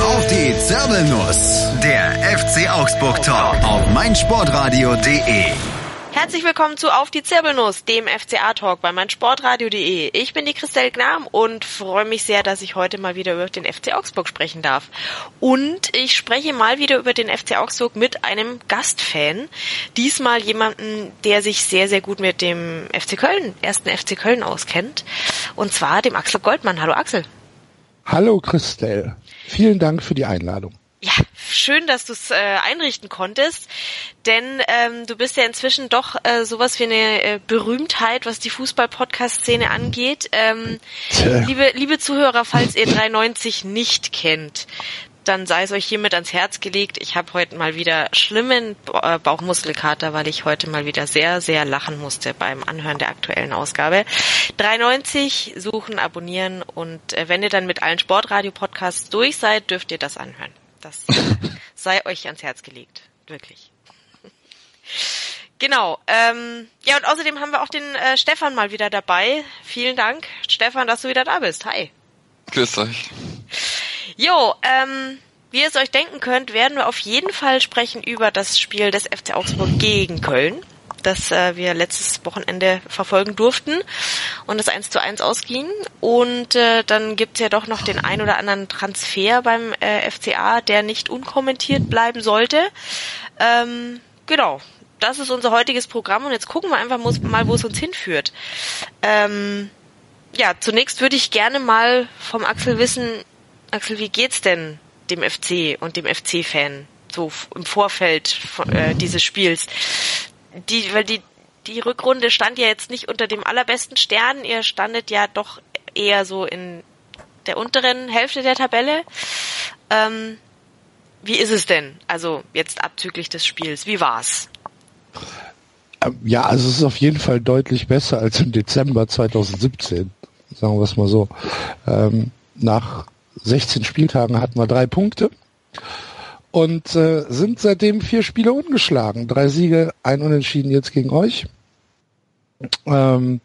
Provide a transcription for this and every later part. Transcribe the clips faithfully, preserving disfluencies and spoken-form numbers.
Auf die Zirbelnuss, der F C Augsburg Talk auf meinsportradio punkt de. Herzlich willkommen zu Auf die Zirbelnuss, dem F C A-Talk bei meinsportradio punkt de. Ich bin die Christelle Gnam und freue mich sehr, dass ich heute mal wieder über den F C Augsburg sprechen darf. Und ich spreche mal wieder über den F C Augsburg mit einem Gastfan. Diesmal jemanden, der sich sehr, sehr gut mit dem F C Köln, ersten F C Köln auskennt. Und zwar dem Axel Goldmann. Hallo Axel. Hallo Christelle. Vielen Dank für die Einladung. Ja, schön, dass du es äh, einrichten konntest, denn ähm, du bist ja inzwischen doch äh, sowas wie eine äh, Berühmtheit, was die Fußball-Podcast-Szene angeht. Ähm, liebe, liebe Zuhörer, falls ihr drei neunzig nicht kennt, dann sei es euch hiermit ans Herz gelegt. Ich habe heute mal wieder schlimmen ba- Bauchmuskelkater, weil ich heute mal wieder sehr, sehr lachen musste beim Anhören der aktuellen Ausgabe. drei neunzig suchen, abonnieren und äh, wenn ihr dann mit allen Sportradio-Podcasts durch seid, dürft ihr das anhören. Das sei euch ans Herz gelegt. Wirklich. Genau. Ähm, ja, und außerdem haben wir auch den äh, Stefan mal wieder dabei. Vielen Dank, Stefan, dass du wieder da bist. Hi. Grüß euch. Jo, ähm, wie ihr es euch denken könnt, werden wir auf jeden Fall sprechen über das Spiel des F C Augsburg gegen Köln, das äh, wir letztes Wochenende verfolgen durften und das eins zu eins ausging. Und äh, dann gibt's ja doch noch den ein oder anderen Transfer beim äh, F C A, der nicht unkommentiert bleiben sollte. Ähm, genau, das ist unser heutiges Programm und jetzt gucken wir einfach mal, wo es uns hinführt. Ähm, ja, zunächst würde ich gerne mal vom Axel wissen, Axel, wie geht's denn dem F C und dem F C-Fan so im Vorfeld von, äh, dieses Spiels? Die, weil die, die Rückrunde stand ja jetzt nicht unter dem allerbesten Stern. Ihr standet ja doch eher so in der unteren Hälfte der Tabelle. Ähm, wie ist es denn? Also jetzt abzüglich des Spiels. Wie war's? Ja, also es ist auf jeden Fall deutlich besser als im Dezember zwanzig siebzehn. Sagen wir es mal so. Ähm, nach sechzehn Spieltagen hatten wir drei Punkte. Und äh, sind seitdem vier Spiele ungeschlagen. Drei Siege, ein Unentschieden jetzt gegen euch. Ähm,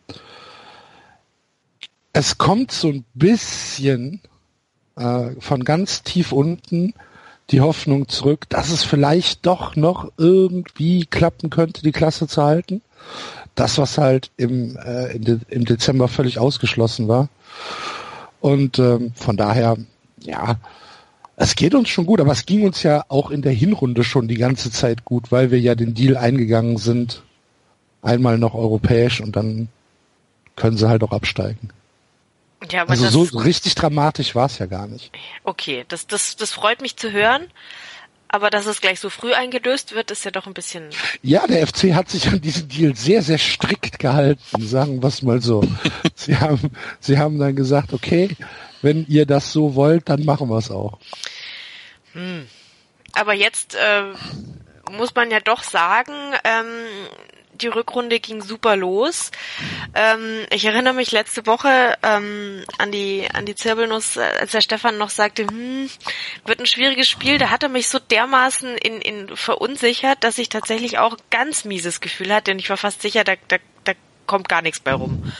es kommt so ein bisschen äh, von ganz tief unten die Hoffnung zurück, dass es vielleicht doch noch irgendwie klappen könnte, die Klasse zu halten. Das, was halt im, äh, in de- im Dezember völlig ausgeschlossen war. Und ähm, von daher, ja, es geht uns schon gut, aber es ging uns ja auch in der Hinrunde schon die ganze Zeit gut, weil wir ja den Deal eingegangen sind, einmal noch europäisch und dann können sie halt auch absteigen. Ja, aber also das, so richtig dramatisch war es ja gar nicht. Okay, das, das, das freut mich zu hören, aber dass es gleich so früh eingelöst wird, ist ja doch ein bisschen... Ja, der F C hat sich an diesen Deal sehr, sehr strikt gehalten, sagen wir es mal so. sie haben, sie haben dann gesagt, okay, wenn ihr das so wollt, dann machen wir es auch. Hm. Aber jetzt äh, muss man ja doch sagen, ähm, die Rückrunde ging super los. Ähm, ich erinnere mich letzte Woche ähm, an die an die Zirbelnuss, als der Stefan noch sagte, hm, wird ein schwieriges Spiel. Da hat er mich so dermaßen in, in verunsichert, dass ich tatsächlich auch ganz mieses Gefühl hatte. Und ich war fast sicher, da, da, da kommt gar nichts bei rum.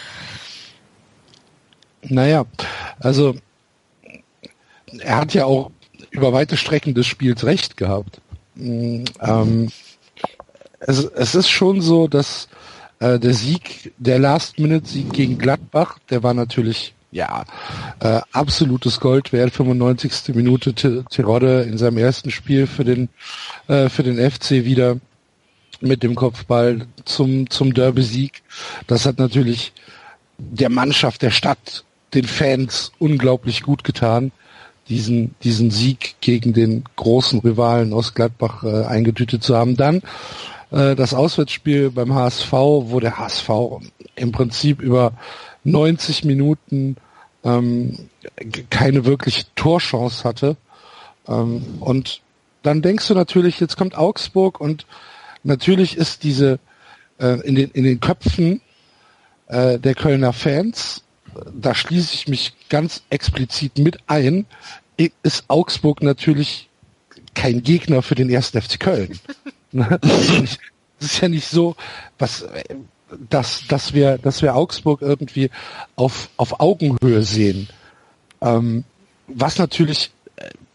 Naja, also er hat ja auch über weite Strecken des Spiels recht gehabt. Ähm, es, es ist schon so, dass äh, der Sieg, der Last-Minute-Sieg gegen Gladbach, der war natürlich ja äh, absolutes Gold wert. fünfundneunzigste Minute T- Terodde in seinem ersten Spiel für den äh, für den F C wieder mit dem Kopfball zum zum Derby-Sieg. Das hat natürlich der Mannschaft, der Stadt, den Fans unglaublich gut getan, diesen diesen Sieg gegen den großen Rivalen aus Gladbach äh, eingetütet zu haben. Dann äh, das Auswärtsspiel beim H S V, wo der H S V im Prinzip über neunzig Minuten ähm, keine wirkliche Torchance hatte. Ähm, und dann denkst du natürlich, jetzt kommt Augsburg und natürlich ist diese äh, in den in den Köpfen äh, der Kölner Fans, da schließe ich mich ganz explizit mit ein, ist Augsburg natürlich kein Gegner für den ersten F C Köln. Das ist ja nicht, das ist ja nicht so, was, dass, dass wir, dass wir Augsburg irgendwie auf, auf Augenhöhe sehen. Ähm, was natürlich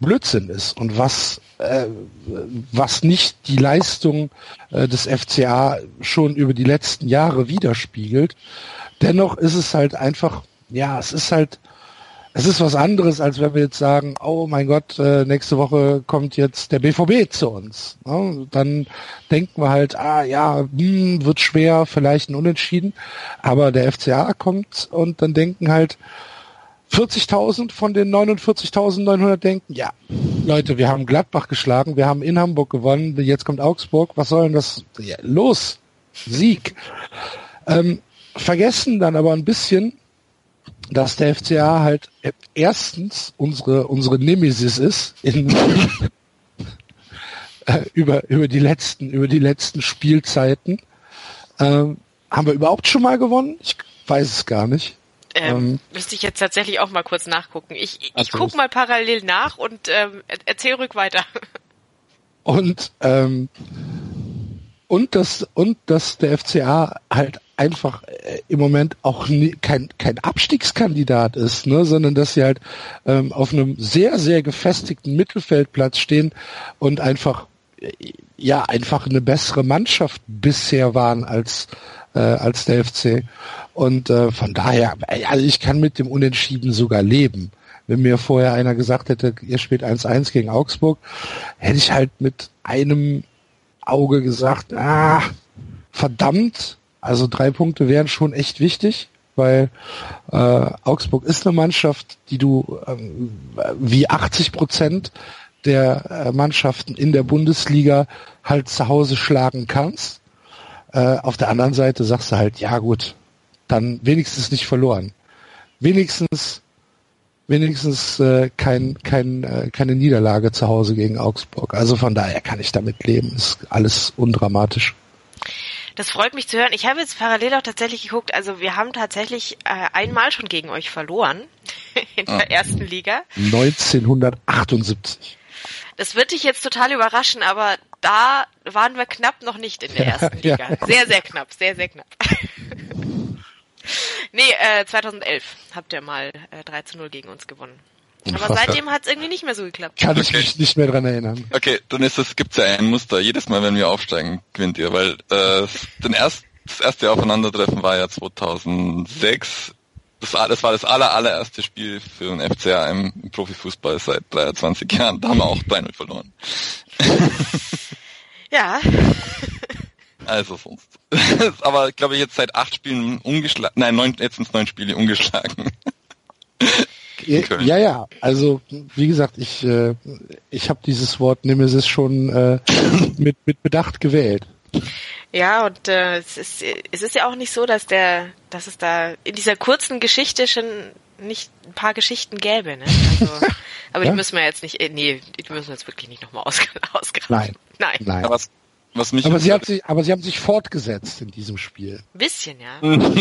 Blödsinn ist und was äh, was nicht die Leistung äh, des F C A schon über die letzten Jahre widerspiegelt. Dennoch ist es halt einfach, ja, es ist halt, es ist was anderes, als wenn wir jetzt sagen, oh mein Gott, äh, nächste Woche kommt jetzt der B V B zu uns. Ne? Dann denken wir halt, ah ja, hm, wird schwer, vielleicht ein Unentschieden, aber der F C A kommt und dann denken halt vierzigtausend von den neunundvierzigtausendneunhundert denken, ja, Leute, wir haben Gladbach geschlagen, wir haben in Hamburg gewonnen, jetzt kommt Augsburg, was soll denn das? Ja, los, Sieg. Ähm, vergessen dann aber ein bisschen, dass der F C A halt erstens unsere unsere Nemesis ist in, äh, über über die letzten über die letzten Spielzeiten. Ähm, haben wir überhaupt schon mal gewonnen? Ich weiß es gar nicht. Ähm, ähm, müsste ich jetzt tatsächlich auch mal kurz nachgucken. Ich, ich, ich gucke mal parallel nach und ähm, erzähl ruhig weiter. Und ähm, und das und dass der F C A halt einfach äh, im Moment auch nie, kein kein Abstiegskandidat ist, ne, sondern dass sie halt ähm, auf einem sehr sehr gefestigten Mittelfeldplatz stehen und einfach äh, ja einfach eine bessere Mannschaft bisher waren als äh, als der F C. Und äh, von daher, also ich kann mit dem Unentschieden sogar leben. Wenn mir vorher einer gesagt hätte, ihr spielt eins eins gegen Augsburg, hätte ich halt mit einem Auge gesagt, ah, verdammt, also drei Punkte wären schon echt wichtig, weil äh, Augsburg ist eine Mannschaft, die du ähm, wie achtzig Prozent der äh, Mannschaften in der Bundesliga halt zu Hause schlagen kannst. Äh, auf der anderen Seite sagst du halt, ja gut, dann wenigstens nicht verloren. Wenigstens wenigstens äh, kein, kein, äh, keine Niederlage zu Hause gegen Augsburg. Also von daher kann ich damit leben. Ist alles undramatisch. Das freut mich zu hören. Ich habe jetzt parallel auch tatsächlich geguckt, also wir haben tatsächlich äh, einmal schon gegen euch verloren in der ah. ersten Liga. neunzehnhundertachtundsiebzig. Das wird dich jetzt total überraschen, aber da waren wir knapp noch nicht in der ersten ja, Liga. Ja. Sehr, sehr knapp, sehr, sehr knapp. Nee, äh, zweitausendelf habt ihr mal äh, drei zu null gegen uns gewonnen. Aber seitdem hat es irgendwie nicht mehr so geklappt. Kann ich okay. mich nicht mehr dran erinnern. Okay, dann ist es, gibt's ja ein Muster. Jedes Mal, wenn wir aufsteigen, gewinnt ihr, weil äh, den erst, das erste Aufeinandertreffen war ja zweitausendsechs. Das, das war das aller, allererste Spiel für den F C A im, im Profifußball seit dreiundzwanzig Jahren. Da haben wir auch drei null verloren. Ja. Also sonst. Aber ich glaube jetzt seit acht Spielen ungeschlagen. Nein, neun, jetzt sind es neun Spiele ungeschlagen. Ja, ja, also wie gesagt, ich äh, ich habe dieses Wort Nemesis schon äh, mit mit Bedacht gewählt. Ja, und äh, es ist es ist ja auch nicht so, dass der dass es da in dieser kurzen Geschichte schon nicht ein paar Geschichten gäbe, ne? Also, aber ja? Die müssen wir jetzt nicht, nee, die müssen wir jetzt wirklich nicht nochmal aus, ausgraben. Nein, nein. nein. Aber, was, was mich aber, sie hat sich, aber sie haben sich fortgesetzt in diesem Spiel. Ein bisschen, ja.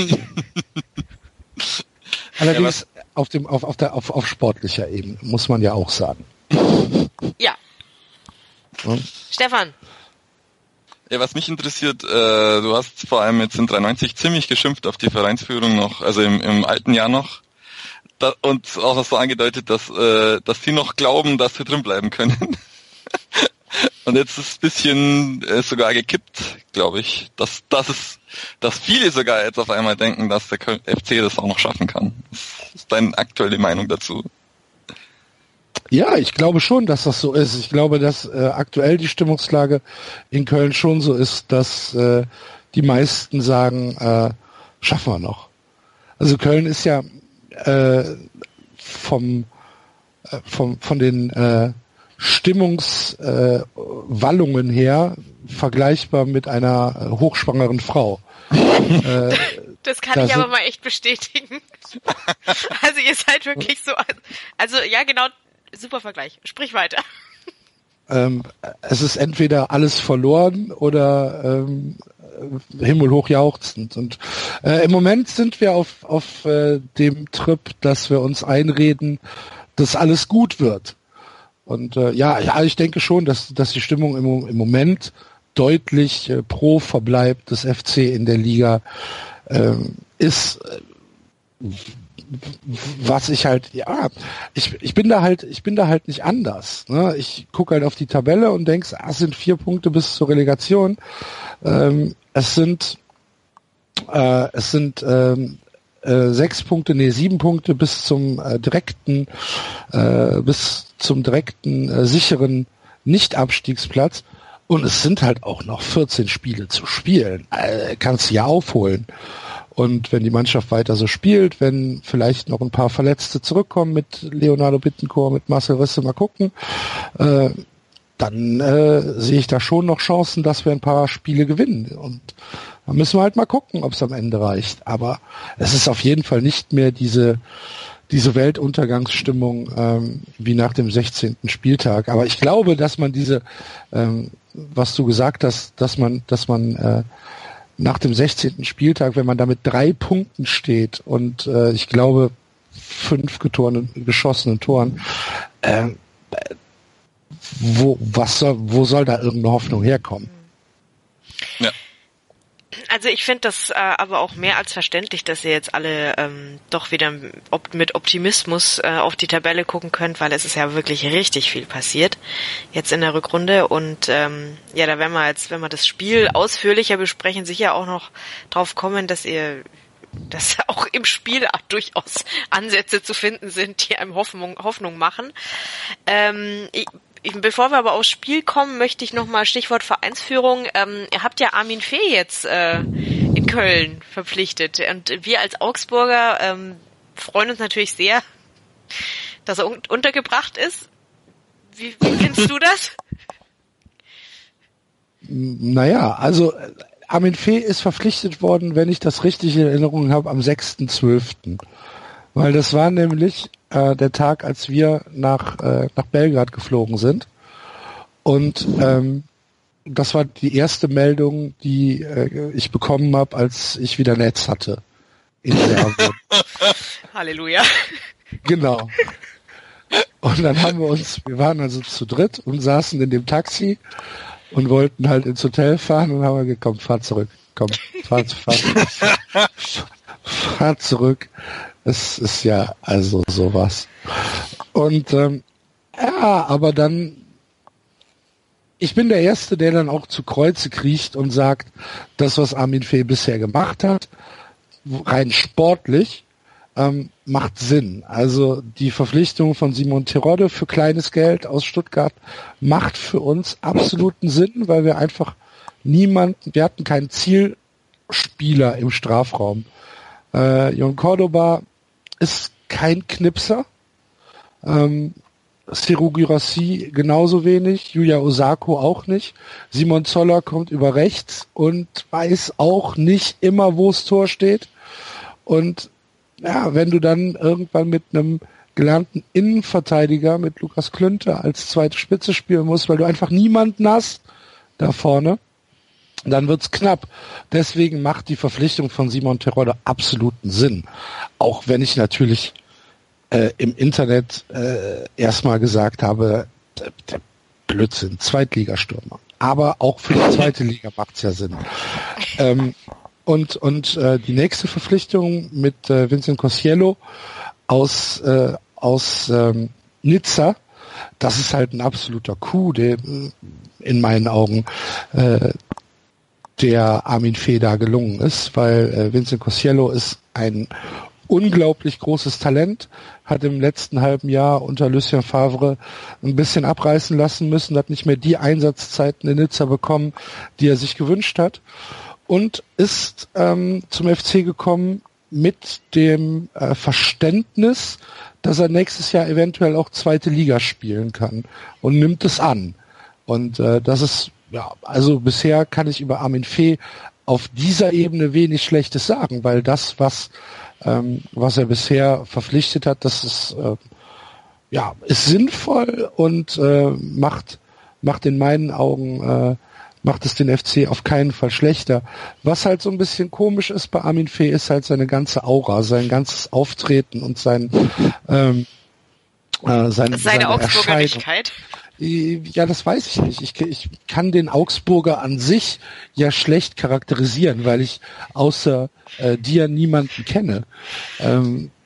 Allerdings ja, auf dem auf auf der auf, auf sportlicher Ebene, muss man ja auch sagen. Ja. ja. Stefan. Ja, was mich interessiert, äh, du hast vor allem jetzt in dreiundneunzig ziemlich geschimpft auf die Vereinsführung noch, also im, im alten Jahr noch. Da, und auch hast du angedeutet, dass, äh, dass sie noch glauben, dass sie drin bleiben können. Und jetzt ist es ein bisschen äh, sogar gekippt, glaube ich, dass, dass es, dass viele sogar jetzt auf einmal denken, dass der F C das auch noch schaffen kann. Was ist deine aktuelle Meinung dazu? Ja, ich glaube schon, dass das so ist. Ich glaube, dass äh, aktuell die Stimmungslage in Köln schon so ist, dass äh, die meisten sagen, äh, schaffen wir noch. Also Köln ist ja äh, vom, äh, vom von den äh, Stimmungswallungen äh, her vergleichbar mit einer äh, hochschwangeren Frau. äh, das kann das ich aber mal echt bestätigen. Also ihr seid wirklich so, also ja genau, super Vergleich. Sprich weiter. Ähm, es ist entweder alles verloren oder ähm, himmelhoch jauchzend. Und äh, im Moment sind wir auf, auf äh, dem Trip, dass wir uns einreden, dass alles gut wird. Und äh, ja, ja, ich denke schon, dass, dass die Stimmung im, im Moment deutlich äh, pro Verbleib des F C in der Liga ähm, ist. Äh, was ich halt, ja, ich, ich bin da halt, ich bin da halt nicht anders. Ne? Ich gucke halt auf die Tabelle und denkst, ah, es sind vier Punkte bis zur Relegation. Ähm, es sind, äh, es sind ähm, äh, sechs Punkte, nee, sieben Punkte bis zum äh, direkten, äh, bis zum direkten äh, sicheren Nicht-Abstiegsplatz. Und es sind halt auch noch vierzehn Spiele zu spielen. Äh, kannst du ja aufholen. Und wenn die Mannschaft weiter so spielt, wenn vielleicht noch ein paar Verletzte zurückkommen mit Leonardo Bittencourt, mit Marcel Risse, mal gucken, äh, dann äh, sehe ich da schon noch Chancen, dass wir ein paar Spiele gewinnen. Und da müssen wir halt mal gucken, ob es am Ende reicht. Aber es ist auf jeden Fall nicht mehr diese diese Weltuntergangsstimmung ähm, wie nach dem sechzehnten Spieltag. Aber ich glaube, dass man diese, ähm, was du gesagt hast, dass man, dass man äh, nach dem sechzehnten Spieltag, wenn man da mit drei Punkten steht und äh, ich glaube fünf getorenen, geschossenen Toren, äh, wo was soll, wo soll da irgendeine Hoffnung herkommen? Ja. Also ich finde das äh, aber auch mehr als verständlich, dass ihr jetzt alle ähm, doch wieder op- mit Optimismus äh, auf die Tabelle gucken könnt, weil es ist ja wirklich richtig viel passiert jetzt in der Rückrunde und ähm, ja, da werden wir jetzt, wenn wir das Spiel ausführlicher besprechen, sicher auch noch drauf kommen, dass ihr dass auch im Spiel durchaus Ansätze zu finden sind, die einem Hoffnung, Hoffnung machen. Ähm, ich, Bevor wir aber aufs Spiel kommen, möchte ich nochmal Stichwort Vereinsführung. Ähm, ihr habt ja Armin Fee jetzt äh, in Köln verpflichtet. Und wir als Augsburger ähm, freuen uns natürlich sehr, dass er un- untergebracht ist. Wie, wie findest du das? Naja, also Armin Fee ist verpflichtet worden, wenn ich das richtig in Erinnerung habe, am sechsten zwölften Weil das war nämlich äh, der Tag, als wir nach äh, nach Belgrad geflogen sind. Und ähm, das war die erste Meldung, die äh, ich bekommen habe, als ich wieder Netz hatte. In Serbien. Halleluja. Genau. Und dann haben wir uns, wir waren also zu dritt und saßen in dem Taxi und wollten halt ins Hotel fahren und haben wir gesagt, komm, fahr zurück. Komm, fahr, fahr, fahr, fahr zurück. Es ist ja also sowas. Und ähm, ja, aber dann, ich bin der Erste, der dann auch zu Kreuze kriecht und sagt, das, was Armin Fee bisher gemacht hat, rein sportlich, ähm, macht Sinn. Also die Verpflichtung von Simon Terodde für kleines Geld aus Stuttgart macht für uns absoluten Sinn, weil wir einfach niemanden, wir hatten keinen Zielspieler im Strafraum. Äh, Jon Cordoba ist kein Knipser. Ähm, Serhou Guirassy genauso wenig, Yuya Osako auch nicht. Simon Zoller kommt über rechts und weiß auch nicht immer, wo das Tor steht. Und ja, wenn du dann irgendwann mit einem gelernten Innenverteidiger, mit Lukas Klünter als zweite Spitze spielen musst, weil du einfach niemanden hast da vorne, dann wird's knapp. Deswegen macht die Verpflichtung von Simon Terodde absoluten Sinn. Auch wenn ich natürlich äh, im Internet äh, erstmal gesagt habe, der, der Blödsinn, Zweitligastürmer. Aber auch für die zweite Liga macht's ja Sinn. Ähm, und und äh, die nächste Verpflichtung mit äh, Vincent Cosiello aus äh, aus ähm, Nizza, das ist halt ein absoluter Coup, der in meinen Augen äh, der Armin Fee da gelungen ist, weil äh, Vincent Cosiello ist ein unglaublich großes Talent, hat im letzten halben Jahr unter Lucien Favre ein bisschen abreißen lassen müssen, hat nicht mehr die Einsatzzeiten in Nizza bekommen, die er sich gewünscht hat und ist ähm, zum F C gekommen mit dem äh, Verständnis, dass er nächstes Jahr eventuell auch zweite Liga spielen kann und nimmt es an. Und äh, das ist ja, also bisher kann ich über Armin Fee auf dieser Ebene wenig Schlechtes sagen, weil das, was ähm, was er bisher verpflichtet hat, das ist äh, ja ist sinnvoll und äh, macht macht in meinen Augen äh, macht es den F C auf keinen Fall schlechter. Was halt so ein bisschen komisch ist bei Armin Fee, ist halt seine ganze Aura, sein ganzes Auftreten und sein ähm, äh, seine, seine, seine Augsburgerlichkeit. Ja, das weiß ich nicht. Ich, ich kann den Augsburger an sich ja schlecht charakterisieren, weil ich außer äh, dir niemanden kenne. Ähm,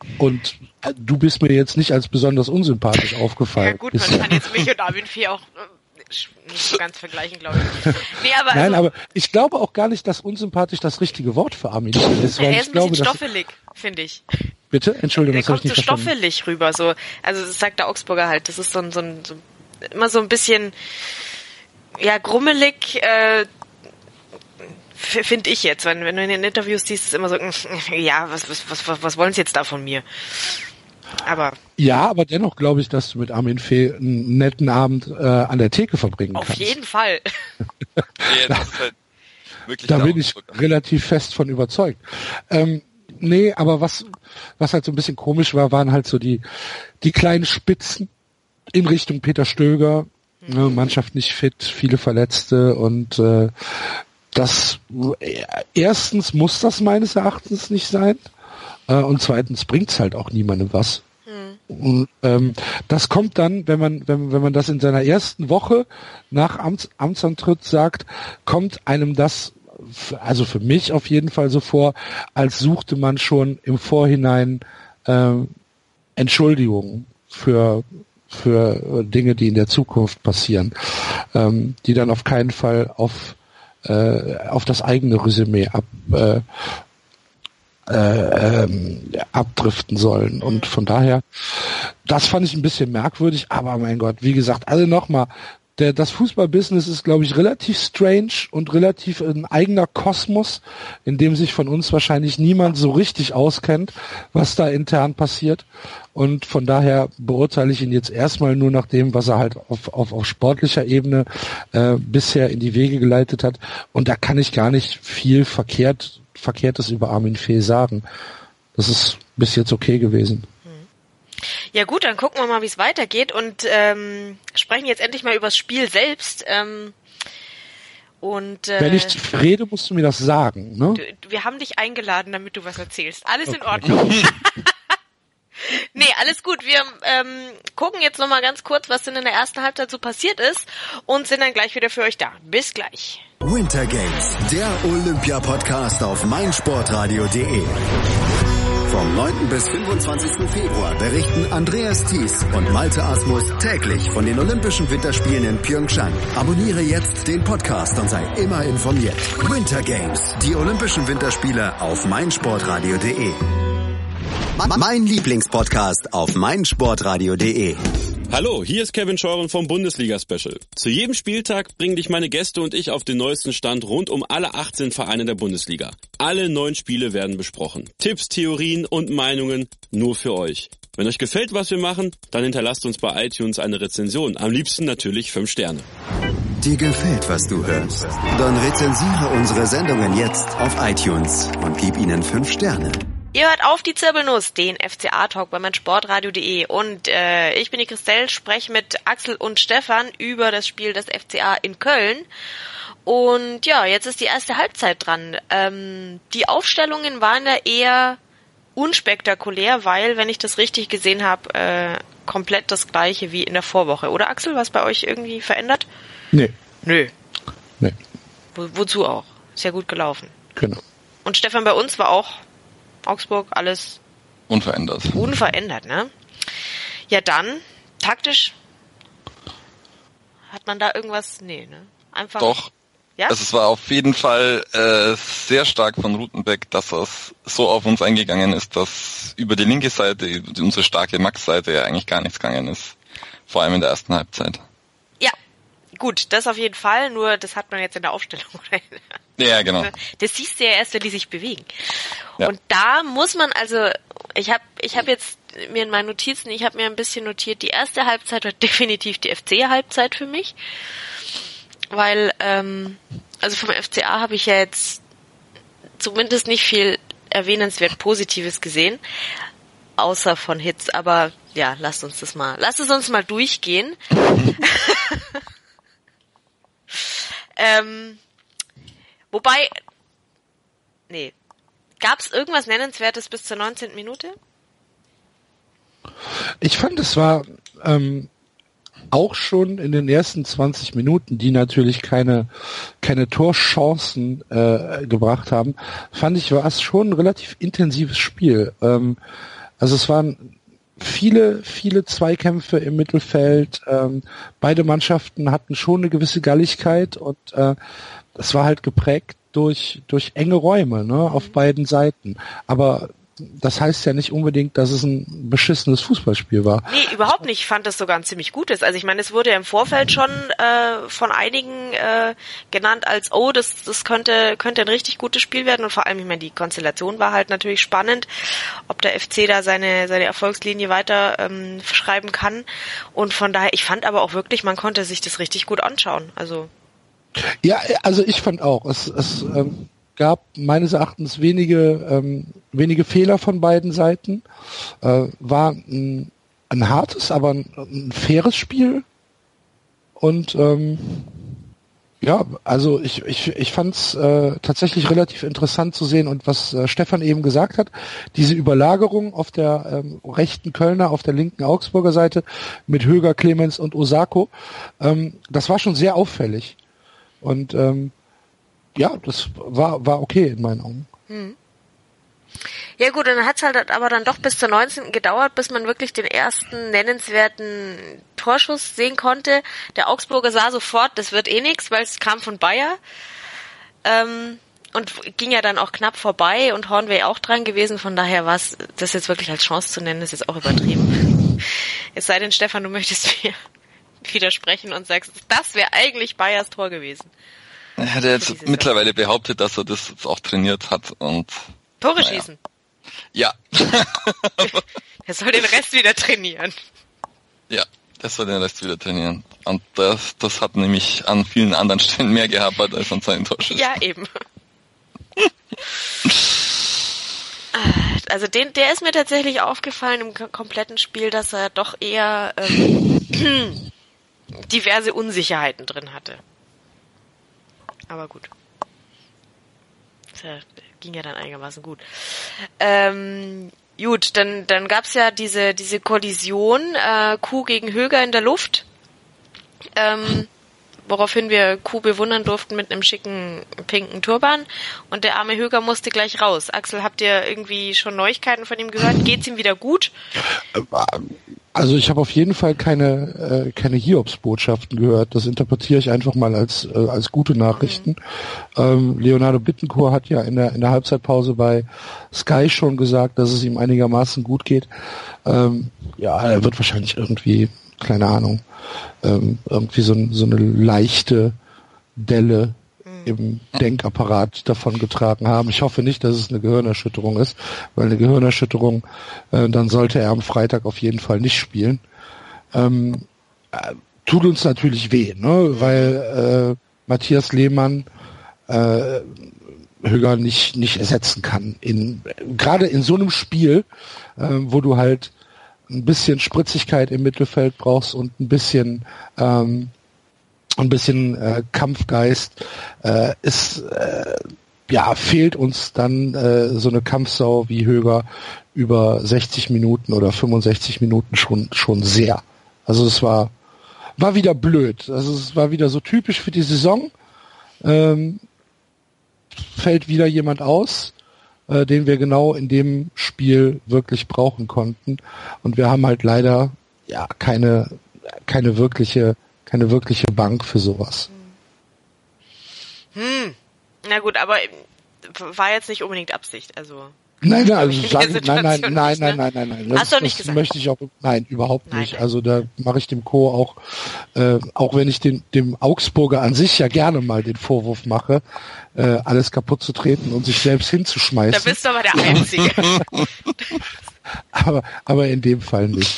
Und äh, du bist mir jetzt nicht als besonders unsympathisch aufgefallen. Ja gut, man kann jetzt mich und Armin Fee auch nicht so ganz vergleichen, glaube ich. Nee, aber Nein, also, aber ich glaube auch gar nicht, dass unsympathisch das richtige Wort für Armin Fee ist. er Weil ist ich ein glaube, bisschen dass, stoffelig, finde ich. bitte? Entschuldigung, Der das habe ich kommt so nicht verstanden. stoffelig rüber, so, also das sagt der Augsburger halt, das ist so ein, so ein, so, immer so ein bisschen, ja, grummelig, äh, finde ich jetzt, wenn, wenn du in den Interviews siehst, ist es immer so, ja, was, was, was, was wollen sie jetzt da von mir? Aber Ja, aber dennoch glaube ich, dass du mit Armin Fee einen netten Abend äh, an der Theke verbringen auf kannst. jeden Fall. Ja, das ist halt wirklich Da der bin ich Ausdruck. relativ fest von überzeugt. Ähm, nee, aber was, was halt so ein bisschen komisch war, waren halt so die, die kleinen Spitzen in Richtung Peter Stöger. Ne, Mannschaft nicht fit, viele Verletzte und äh, das äh, erstens muss das meines Erachtens nicht sein äh, und zweitens bringt's halt auch niemandem was. Und, ähm, das kommt dann, wenn man, wenn, wenn man das in seiner ersten Woche nach Amts, Amtsantritt sagt, kommt einem das, f- also für mich auf jeden Fall so vor, als suchte man schon im Vorhinein ähm, Entschuldigungen für für Dinge, die in der Zukunft passieren, ähm, die dann auf keinen Fall auf äh, auf das eigene Resümee ab äh, Äh, ähm, abdriften sollen. Und von daher, das fand ich ein bisschen merkwürdig, aber mein Gott, wie gesagt, also nochmal, der, das Fußballbusiness ist, glaube ich, relativ strange und relativ ein eigener Kosmos, in dem sich von uns wahrscheinlich niemand so richtig auskennt, was da intern passiert. Und von daher beurteile ich ihn jetzt erstmal nur nach dem, was er halt auf, auf, auf sportlicher Ebene äh, bisher in die Wege geleitet hat. Und da kann ich gar nicht viel verkehrt Verkehrtes über Armin Fee sagen. Das ist bis jetzt okay gewesen. Ja gut, dann gucken wir mal, wie es weitergeht und ähm, sprechen jetzt endlich mal über das Spiel selbst. Ähm, und äh, Wenn ich rede, musst du mir das sagen, ne? du, wir haben dich eingeladen, damit du was erzählst. Alles in Okay. Ordnung. Nee, alles gut. Wir ähm, gucken jetzt nochmal ganz kurz, was denn in der ersten Halbzeit so passiert ist und sind dann gleich wieder für euch da. Bis gleich. Winter Games, der Olympia-Podcast auf meinsportradio punkt de. Vom neunten bis fünfundzwanzigsten Februar berichten Andreas Thies und Malte Asmus täglich von den Olympischen Winterspielen in Pyeongchang. Abonniere jetzt den Podcast und sei immer informiert. Winter Games, die Olympischen Winterspiele auf meinsportradio punkt de. Mein Lieblingspodcast auf meinsportradio punkt de. Hallo, hier ist Kevin Scheuren vom Bundesliga-Special. Zu jedem Spieltag bringen dich meine Gäste und ich auf den neuesten Stand rund um alle achtzehn Vereine der Bundesliga. Alle neun Spiele werden besprochen. Tipps, Theorien und Meinungen nur für euch. Wenn euch gefällt, was wir machen, dann hinterlasst uns bei iTunes eine Rezension. Am liebsten natürlich fünf Sterne. Dir gefällt, was du hörst? Dann rezensiere unsere Sendungen jetzt auf iTunes und gib ihnen fünf Sterne. Ihr hört auf die Zirbelnuss, den F C A-Talk bei meinsportradio punkt de und äh, ich bin die Christelle, spreche mit Axel und Stefan über das Spiel des F C A in Köln. Und ja, jetzt ist die erste Halbzeit dran. Ähm, die Aufstellungen waren ja eher unspektakulär, weil, wenn ich das richtig gesehen habe, äh, komplett das gleiche wie in der Vorwoche. Oder Axel, was bei euch irgendwie verändert? Nee, Nö. nee, Wo, wozu auch? Ist ja gut gelaufen. genau. Und Stefan, bei uns war auch Augsburg alles Unverändert. unverändert, ne? Ja, dann, taktisch, hat man da irgendwas? Nee, ne? Einfach. Doch. Ja? Also es war auf jeden Fall äh, sehr stark von Rutenbeck, dass es so auf uns eingegangen ist, dass über die linke Seite, unsere starke Max-Seite, ja eigentlich gar nichts gegangen ist. Vor allem in der ersten Halbzeit. Ja, gut, das auf jeden Fall, nur das hat man jetzt in der Aufstellung. Ja, genau. Das siehst du ja erst, wenn die sich bewegen. Ja. Und da muss man also, ich habe ich hab jetzt mir in meinen Notizen, ich habe mir ein bisschen notiert, die erste Halbzeit war definitiv die F C-Halbzeit für mich. Weil, ähm, also vom F C A habe ich ja jetzt zumindest nicht viel erwähnenswert Positives gesehen, außer von Hits. Aber ja, lasst uns das mal, lasst es uns mal durchgehen. ähm, wobei, nee, gab es irgendwas Nennenswertes bis zur neunzehnten Minute? Ich fand, es war ähm, auch schon in den ersten zwanzig Minuten, die natürlich keine keine Torchancen äh, gebracht haben, fand ich, war es schon ein relativ intensives Spiel. Ähm, Also es waren viele, viele Zweikämpfe im Mittelfeld. Ähm, beide Mannschaften hatten schon eine gewisse Galligkeit und äh, es war halt geprägt durch durch enge Räume, ne, auf beiden Seiten. Aber das heißt ja nicht unbedingt, dass es ein beschissenes Fußballspiel war. Nee, überhaupt nicht. Ich fand das sogar ein ziemlich gutes. Also ich meine, es wurde ja im Vorfeld schon äh, von einigen äh, genannt als, oh, das das könnte könnte ein richtig gutes Spiel werden. Und vor allem, ich meine, die Konstellation war halt natürlich spannend, ob der F C da seine seine Erfolgslinie weiter ähm, schreiben kann. Und von daher, ich fand aber auch wirklich, man konnte sich das richtig gut anschauen. Also ja, also ich fand auch, es es ähm, gab meines Erachtens wenige ähm, wenige Fehler von beiden Seiten. Äh, war ein, ein hartes, aber ein, ein faires Spiel. Und ähm, ja, also ich ich ich fand es äh, tatsächlich relativ interessant zu sehen. Und was äh, Stefan eben gesagt hat, diese Überlagerung auf der ähm, rechten Kölner, auf der linken Augsburger Seite mit Höger, Clemens und Osako, ähm, das war schon sehr auffällig. Und ähm, ja, das war war okay in meinen Augen. Hm. Ja gut, und dann hat's halt aber dann doch bis zur neunzehnten gedauert, bis man wirklich den ersten nennenswerten Torschuss sehen konnte. Der Augsburger sah sofort, das wird eh nix, weil es kam von Bayer. Ähm, und ging ja dann auch knapp vorbei und Horn wäre auch dran gewesen, von daher war es, das jetzt wirklich als Chance zu nennen, ist jetzt auch übertrieben. Es sei denn, Stefan, du möchtest mir widersprechen und sagst, das wäre eigentlich Bayers Tor gewesen. Er hat jetzt mittlerweile behauptet, dass er das jetzt auch trainiert hat und Tore naja. schießen. Ja. Er soll den Rest wieder trainieren. Ja, der soll den Rest wieder trainieren. Und das, das hat nämlich an vielen anderen Stellen mehr gehabt als an seinen Torschüssen. Ja, eben. Also den, der ist mir tatsächlich aufgefallen im k- kompletten Spiel, dass er doch eher ähm, diverse Unsicherheiten drin hatte. Aber gut. Das ging ja dann einigermaßen gut. Ähm, gut, dann dann gab's ja diese diese Kollision äh, Kuh gegen Höger in der Luft, ähm, woraufhin wir Kuh bewundern durften mit einem schicken pinken Turban und der arme Höger musste gleich raus. Axel, habt ihr irgendwie schon Neuigkeiten von ihm gehört? Geht's ihm wieder gut? Also ich habe auf jeden Fall keine äh, keine Hiobsbotschaften gehört. Das interpretiere ich einfach mal als äh, als gute Nachrichten. Mhm. Ähm, Leonardo Bittencourt hat ja in der in der Halbzeitpause bei Sky schon gesagt, dass es ihm einigermaßen gut geht. Ähm, ja, er wird wahrscheinlich irgendwie, keine Ahnung, ähm, irgendwie so, so eine leichte Delle im Denkapparat davon getragen haben. Ich hoffe nicht, dass es eine Gehirnerschütterung ist, weil eine Gehirnerschütterung, äh, dann sollte er am Freitag auf jeden Fall nicht spielen. Ähm, äh, tut uns natürlich weh, ne? Weil äh, Matthias Lehmann äh, Höger nicht nicht ersetzen kann. In gerade in so einem Spiel, äh, wo du halt ein bisschen Spritzigkeit im Mittelfeld brauchst und ein bisschen ähm, ein bisschen äh, Kampfgeist, äh, ist äh, ja fehlt uns dann äh, so eine Kampfsau wie Höger über sechzig Minuten oder fünfundsechzig Minuten schon schon sehr. Also es war war wieder blöd. Also es war wieder so typisch für die Saison. Ähm, fällt wieder jemand aus, äh, den wir genau in dem Spiel wirklich brauchen konnten. Und wir haben halt leider ja keine keine wirkliche keine wirkliche Bank für sowas. Hm. Na gut, aber war jetzt nicht unbedingt Absicht, also. Nein, nein, also sagen, nein, nein, nein, nein, nicht, ne? nein, nein, nein, nein. Das, Hast du nicht das gesagt? möchte ich auch, nein, überhaupt Nein, nicht. nein. Also da mache ich dem Co. auch, äh, auch wenn ich den, dem Augsburger an sich ja gerne mal den Vorwurf mache, äh, alles kaputt zu treten und sich selbst hinzuschmeißen. Da bist du aber der Einzige. aber, aber in dem Fall nicht.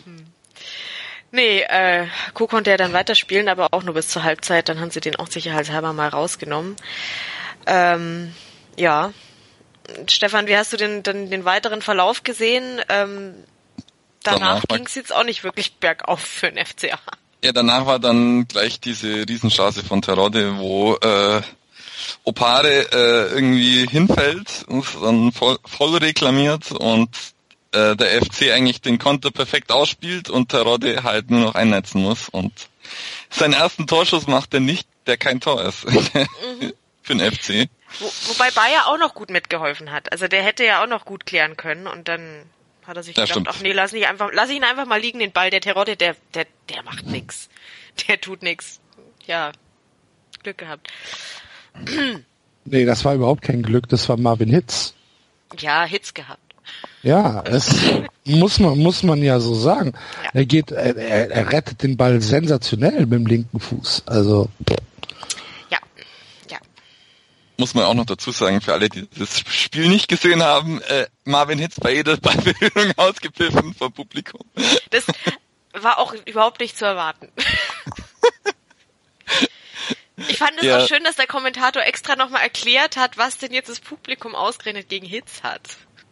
Nee, äh, Co konnte ja dann weiterspielen, aber auch nur bis zur Halbzeit. Dann haben sie den auch sicherheitshalber mal rausgenommen. Ähm, ja. Stefan, wie hast du den, den, den weiteren Verlauf gesehen? Ähm, danach ging es jetzt auch nicht wirklich bergauf für den F C A. Ja, danach war dann gleich diese Riesenstraße von Terodde, wo äh, Opare äh, irgendwie hinfällt und dann voll, voll reklamiert und äh, der F C eigentlich den Konter perfekt ausspielt und Terodde halt nur noch einnetzen muss. Und seinen ersten Torschuss macht er nicht, der kein Tor ist mhm. für den F C. Wo, wobei Bayer auch noch gut mitgeholfen hat. Also der hätte ja auch noch gut klären können und dann Hat er sich Ja, gedacht, stimmt. ach nee, lass, nicht einfach, lass ihn einfach mal liegen, den Ball. Der Terodde, der, der, der macht nix. Der tut nix. Ja, Glück gehabt. Nee, das war überhaupt kein Glück, das war Marvin Hitz. Ja, Hits gehabt. Ja, es muss man, muss man ja so sagen. Ja. Er geht, er, er rettet den Ball sensationell mit dem linken Fuß. Also, Ja, ja. Muss man auch noch dazu sagen, für alle, die das Spiel nicht gesehen haben, äh, Marvin Hitz bei jeder Ballberührung ausgepfiffen vom Publikum. Das war auch überhaupt nicht zu erwarten. Ich fand es Ja. auch schön, dass der Kommentator extra nochmal erklärt hat, was denn jetzt das Publikum ausgerechnet gegen Hits hat.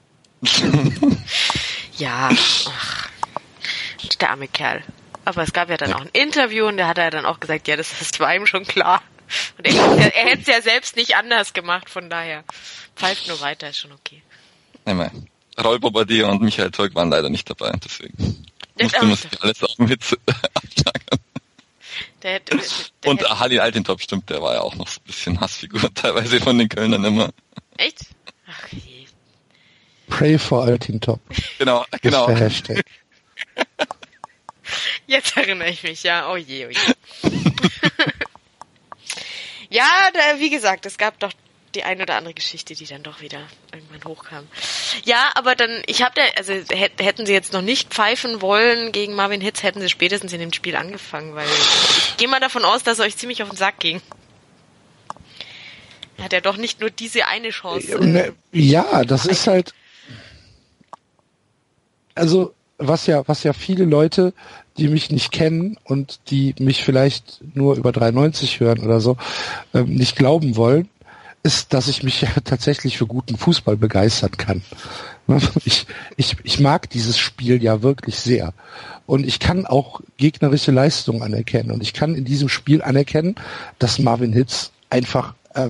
Ja, ach, der arme Kerl. Aber es gab ja dann auch ein Interview und da hat er dann auch gesagt, ja, das ist war ihm schon klar. Und er, er, er hätte es ja selbst nicht anders gemacht, von daher pfeift nur weiter, ist schon okay. Einmal. Raul Bobadilla und Michael Tolk waren leider nicht dabei, deswegen musste man sich alles auf den Hitz abschlagen. Der hätte, der Und hätte, Halil Altintop, stimmt, der war ja auch noch so ein bisschen Hassfigur, teilweise von den Kölnern immer. echt? Ach je. pray for Altintop. Genau, Das genau. ist der Hashtag. Jetzt erinnere ich mich, ja. Oh je, oh je. Ja, da, wie gesagt, es gab doch die eine oder andere Geschichte, die dann doch wieder irgendwann hochkam. Ja, aber dann, ich habe da, also hätten sie jetzt noch nicht pfeifen wollen gegen Marvin Hitz, hätten sie spätestens in dem Spiel angefangen, weil ich gehe mal davon aus, dass es euch ziemlich auf den Sack ging. Er hat ja doch nicht nur diese eine Chance. Ne, ja, das ist halt, also was ja, was ja viele Leute, die mich nicht kennen und die mich vielleicht nur über dreiundneunzig hören oder so, ähm, nicht glauben wollen, ist, dass ich mich ja tatsächlich für guten Fußball begeistern kann. Ich, ich, ich mag dieses Spiel ja wirklich sehr. Und ich kann auch gegnerische Leistungen anerkennen. Und ich kann in diesem Spiel anerkennen, dass Marvin Hitz einfach äh,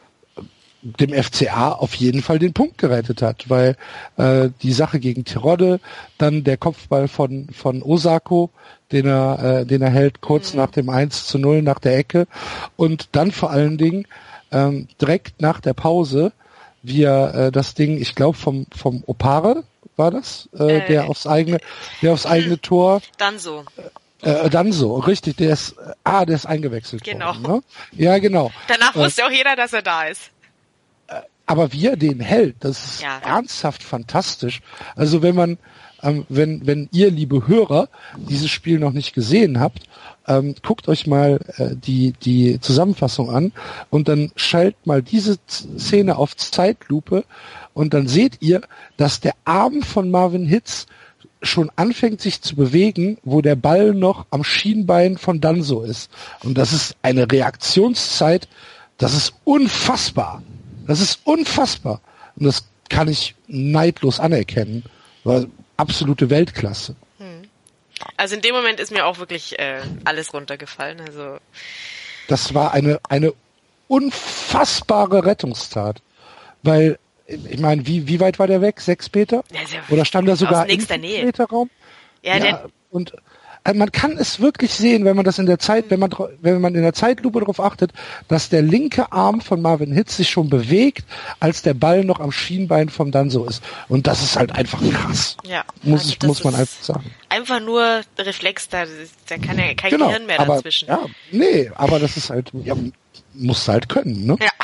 dem F C A auf jeden Fall den Punkt gerettet hat, weil äh, die Sache gegen Terodde, dann der Kopfball von von Osako, den er äh, den er hält kurz mhm. nach dem eins zu null nach der Ecke und dann vor allen Dingen ähm, direkt nach der Pause, wie er äh, das Ding, ich glaube vom vom Opare war das, äh, äh, der aufs eigene der aufs eigene Tor dann so Äh, dann so, richtig, der ist, ah, der ist eingewechselt genau. worden. Ne? Ja, genau. Danach äh, wusste auch jeder, dass er da ist. Aber wie er den hält, das ist ja. ernsthaft fantastisch. Also wenn man, ähm, wenn, wenn ihr, liebe Hörer, dieses Spiel noch nicht gesehen habt, ähm, guckt euch mal äh, die, die Zusammenfassung an und dann schaltet mal diese Szene auf Zeitlupe und dann seht ihr, dass der Arm von Marvin Hitz schon anfängt sich zu bewegen, wo der Ball noch am Schienbein von Danso ist. Und das ist eine Reaktionszeit, das ist unfassbar. Das ist unfassbar. Und das kann ich neidlos anerkennen. War absolute Weltklasse. Also in dem Moment ist mir auch wirklich äh, alles runtergefallen. Also das war eine eine unfassbare Rettungstat. Weil, ich meine, wie wie weit war der weg? Sechs Meter? Ja, ja, Oder stand er sogar aus nächster im Nähe. Meter Raum? Ja, Ja, der, und also man kann es wirklich sehen, wenn man das in der Zeit, wenn man wenn man in der Zeitlupe darauf achtet, dass der linke Arm von Marvin Hitz sich schon bewegt, als der Ball noch am Schienbein vom Danso ist. Und das ist halt einfach krass. ja, Muss also ich, muss man ist einfach sagen. Einfach nur Reflex, da, da kann ja kein Genau, Gehirn mehr aber, dazwischen. ja, nee, aber das ist halt, ja, musst halt können, ne? Ja.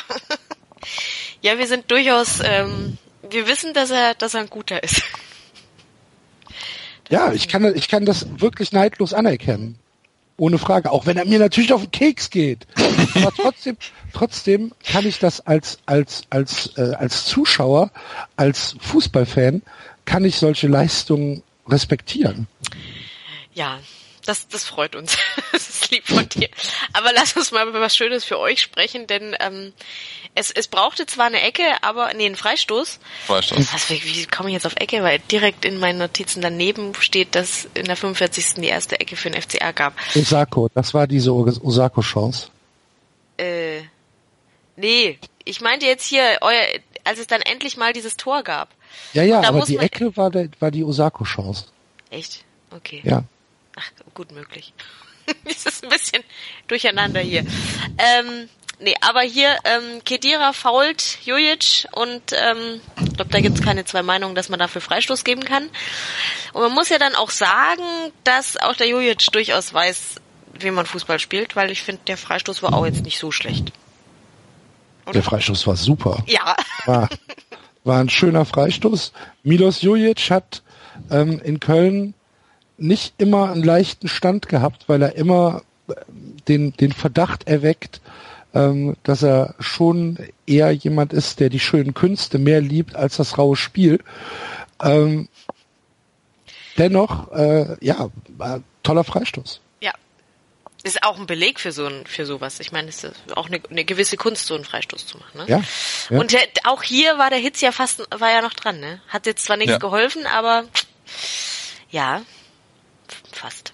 Ja, wir sind durchaus, ähm, wir wissen, dass er, dass er ein guter ist. Ja, ich kann, ich kann das wirklich neidlos anerkennen. Ohne Frage. Auch wenn er mir natürlich auf den Keks geht. Aber trotzdem, trotzdem kann ich das als, als, als, äh, als Zuschauer, als Fußballfan, kann ich solche Leistungen respektieren. Ja, das, das freut uns. Das ist lieb von dir. Aber lass uns mal über was Schönes für euch sprechen, denn ähm, es, es brauchte zwar eine Ecke, aber nee, einen Freistoß. Freistoß. Was, wie, wie komme ich jetzt auf Ecke? Weil direkt in meinen Notizen daneben steht, dass in der fünfundvierzigsten die erste Ecke für den F C A gab. Osako, das war diese Osako-Chance. Äh, nee, ich meinte jetzt hier, euer, als es dann endlich mal dieses Tor gab. Ja, ja, da aber muss die man- Ecke war, der, war die Osako-Chance. Echt? Okay. Ja. Ach, gut möglich. Es ist ein bisschen durcheinander hier. Ähm, nee, aber hier ähm, Khedira fault Jujic und ähm, ich glaube, da gibt's keine zwei Meinungen, dass man dafür Freistoß geben kann. Und man muss ja dann auch sagen, dass auch der Jujic durchaus weiß, wie man Fußball spielt, weil ich finde, der Freistoß war auch jetzt nicht so schlecht. Oder? Der Freistoß war super. Ja. War, war ein schöner Freistoß. Milos Jujic hat ähm, in Köln nicht immer einen leichten Stand gehabt, weil er immer den, den Verdacht erweckt, ähm, dass er schon eher jemand ist, der die schönen Künste mehr liebt als das raue Spiel. Ähm, dennoch, äh, ja, war ein toller Freistoß. Ist auch ein Beleg für so ein, für sowas. Ich meine, es ist auch eine, eine gewisse Kunst, so einen Freistoß zu machen. Ne? Ja, ja. Und der, auch hier war der Hitz ja fast, war ja noch dran. Ne? Hat jetzt zwar nichts ja. geholfen, aber ja, fast.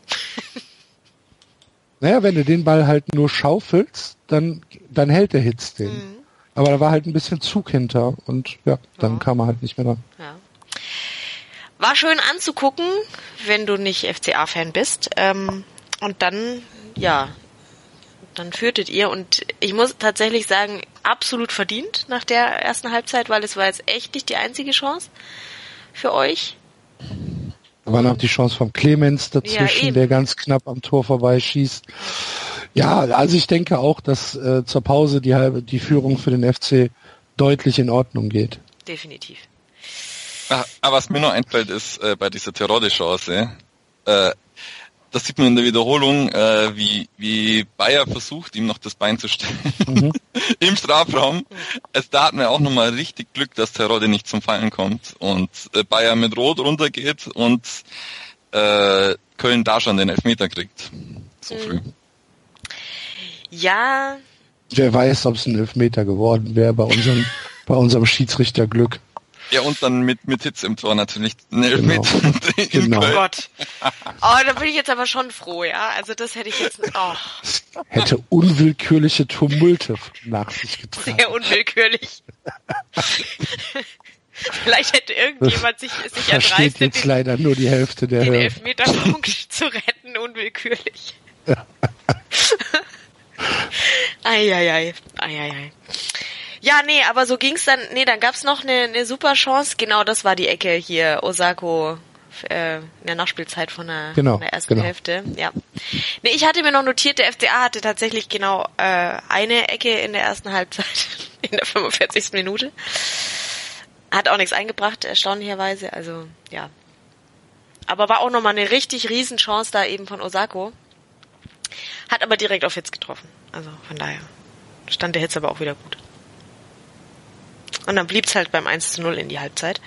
Naja, wenn du den Ball halt nur schaufelst, dann, dann hält der Hitz den. Mhm. Aber da war halt ein bisschen Zug hinter und ja, dann ja. kam er halt nicht mehr dran. Ja. War schön anzugucken, wenn du nicht F C A-Fan bist. Ähm, und dann ja, dann führtet ihr und ich muss tatsächlich sagen, absolut verdient nach der ersten Halbzeit, weil es war jetzt echt nicht die einzige Chance für euch. Da war noch die Chance vom Clemens dazwischen, ja, der ganz knapp am Tor vorbeischießt. Ja, also ich denke auch, dass äh, zur Pause die halbe die Führung für den F C deutlich in Ordnung geht. Definitiv. Ach, aber was mir noch einfällt, ist äh, bei dieser Terodde-Chance, äh, das sieht man in der Wiederholung, äh, wie, wie Bayer versucht, ihm noch das Bein zu stellen mhm. im Strafraum. Es, da hatten wir auch nochmal richtig Glück, dass Terodde nicht zum Fallen kommt und äh, Bayer mit Rot runtergeht und äh, Köln da schon den Elfmeter kriegt. So mhm. früh. Ja. Wer weiß, ob es ein Elfmeter geworden wäre bei unserem, bei unserem Schiedsrichterglück. Ja, und dann mit, mit Hitz im Tor natürlich. Ne, genau. Mit genau. Oh Gott. Oh, da bin ich jetzt aber schon froh, ja. Also das hätte ich jetzt... Oh. Hätte unwillkürliche Tumulte nach sich getragen. Sehr unwillkürlich. Vielleicht hätte irgendjemand sich, sich erdreistet, jetzt den, leider nur die Hälfte der den Elfmeterpunkt zu retten, unwillkürlich. Eieiei. Eieiei. Ja, nee, aber so ging's dann, nee, dann gab's noch eine, eine super Chance, genau, das war die Ecke hier, Osako, äh, in der Nachspielzeit von der, genau, von der ersten genau. Hälfte, ja. Nee, ich hatte mir noch notiert, der F C A hatte tatsächlich genau, äh, eine Ecke in der ersten Halbzeit, in der fünfundvierzigsten Minute. Hat auch nichts eingebracht, erstaunlicherweise, also, ja. Aber war auch nochmal eine richtig riesen Chance da eben von Osako. Hat aber direkt auf Hitz getroffen, also von daher stand der Hitz aber auch wieder gut. Und dann blieb's halt beim eins zu null in die Halbzeit.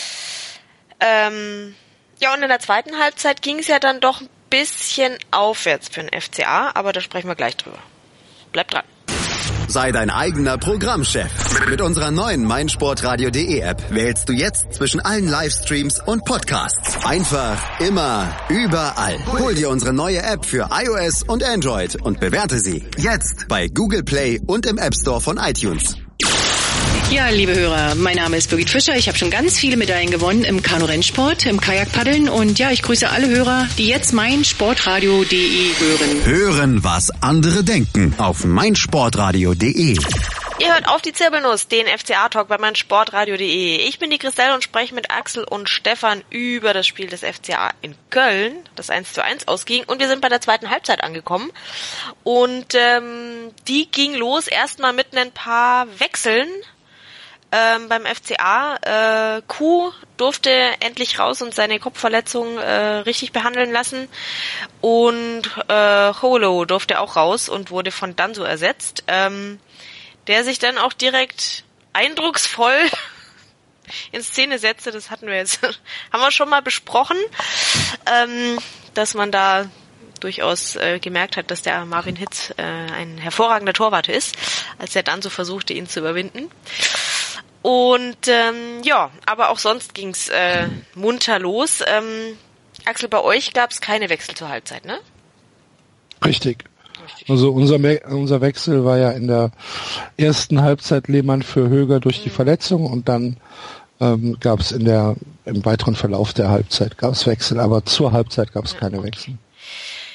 Ähm, ja, und in der zweiten Halbzeit ging's ja dann doch ein bisschen aufwärts für den F C A, aber da sprechen wir gleich drüber. Bleibt dran. Sei dein eigener Programmchef. Mit unserer neuen meinsportradio.de App wählst du jetzt zwischen allen Livestreams und Podcasts. Einfach, immer, überall. Hol dir unsere neue App für iOS und Android und bewerte sie jetzt bei Google Play und im App Store von iTunes. Ja, liebe Hörer, mein Name ist Birgit Fischer. Ich habe schon ganz viele Medaillen gewonnen im Kanu-Rennsport, im Kajakpaddeln und ja, ich grüße alle Hörer, die jetzt meinsportradio.de hören. Hören, was andere denken auf meinsportradio.de. Ihr hört auf die Zirbelnuss, den F C A-Talk bei meinsportradio.de. Ich bin die Christelle und spreche mit Axel und Stefan über das Spiel des F C A in Köln, das eins zu eins ausging. Und wir sind bei der zweiten Halbzeit angekommen. Und ähm, die ging los erstmal mit ein paar Wechseln ähm, beim F C A. Äh, Kuh durfte endlich raus und seine Kopfverletzung äh, richtig behandeln lassen. Und äh, Holo durfte auch raus und wurde von Danso ersetzt. Ähm, der sich dann auch direkt eindrucksvoll in Szene setzte. Das hatten wir jetzt, haben wir schon mal besprochen, ähm, dass man da durchaus äh, gemerkt hat, dass der Marvin Hitz äh, ein hervorragender Torwart ist, als er dann so versuchte, ihn zu überwinden. Und ähm, ja, aber auch sonst ging's äh, munter los. Ähm, Axel, bei euch gab's keine Wechsel zur Halbzeit, ne? Richtig. Also unser unser Wechsel war ja in der ersten Halbzeit Lehmann für Höger durch die Verletzung und dann ähm, gab es in der im weiteren Verlauf der Halbzeit gab es Wechsel, aber zur Halbzeit gab es keine okay. Wechsel.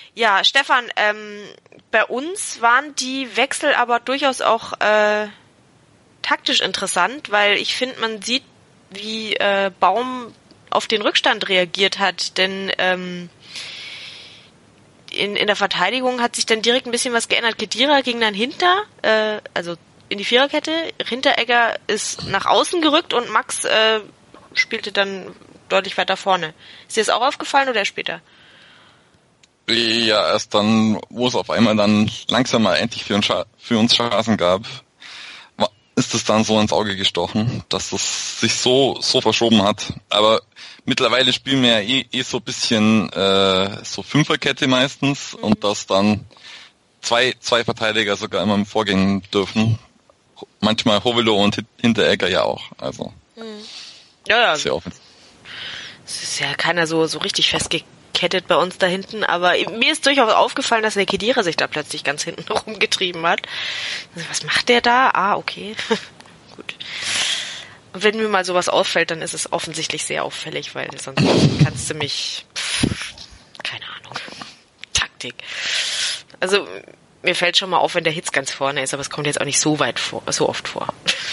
Ja, Stefan, ähm, bei uns waren die Wechsel aber durchaus auch äh, taktisch interessant, weil ich finde, man sieht, wie äh, Baum auf den Rückstand reagiert hat, denn ähm, in, in der Verteidigung hat sich dann direkt ein bisschen was geändert. Khedira ging dann hinter, äh, also in die Viererkette, Hinteregger ist nach außen gerückt und Max äh, spielte dann deutlich weiter vorne. Ist dir das auch aufgefallen oder später? Ja, erst dann, wo es auf einmal dann langsam mal endlich für uns, Scha- für uns Chancen gab, war, ist es dann so ins Auge gestochen, dass es sich so so verschoben hat. Aber mittlerweile spielen wir ja eh, eh so ein bisschen äh, so Fünferkette meistens mhm. und dass dann zwei zwei Verteidiger sogar immer vorgehen dürfen. Manchmal Hovelo und Hinteregger ja auch. Also mhm. ja, ja. Sehr offensiv. Es ist ja keiner so so richtig festgekettet bei uns da hinten, aber mir ist durchaus aufgefallen, dass der Khedira sich da plötzlich ganz hinten rumgetrieben hat. Also, was macht der da? Ah, okay. Gut. Und wenn mir mal sowas auffällt, dann ist es offensichtlich sehr auffällig, weil sonst kannst du mich, pff, keine Ahnung, Taktik. Also mir fällt schon mal auf, wenn der Hitz ganz vorne ist, aber es kommt jetzt auch nicht so weit vor, so oft vor.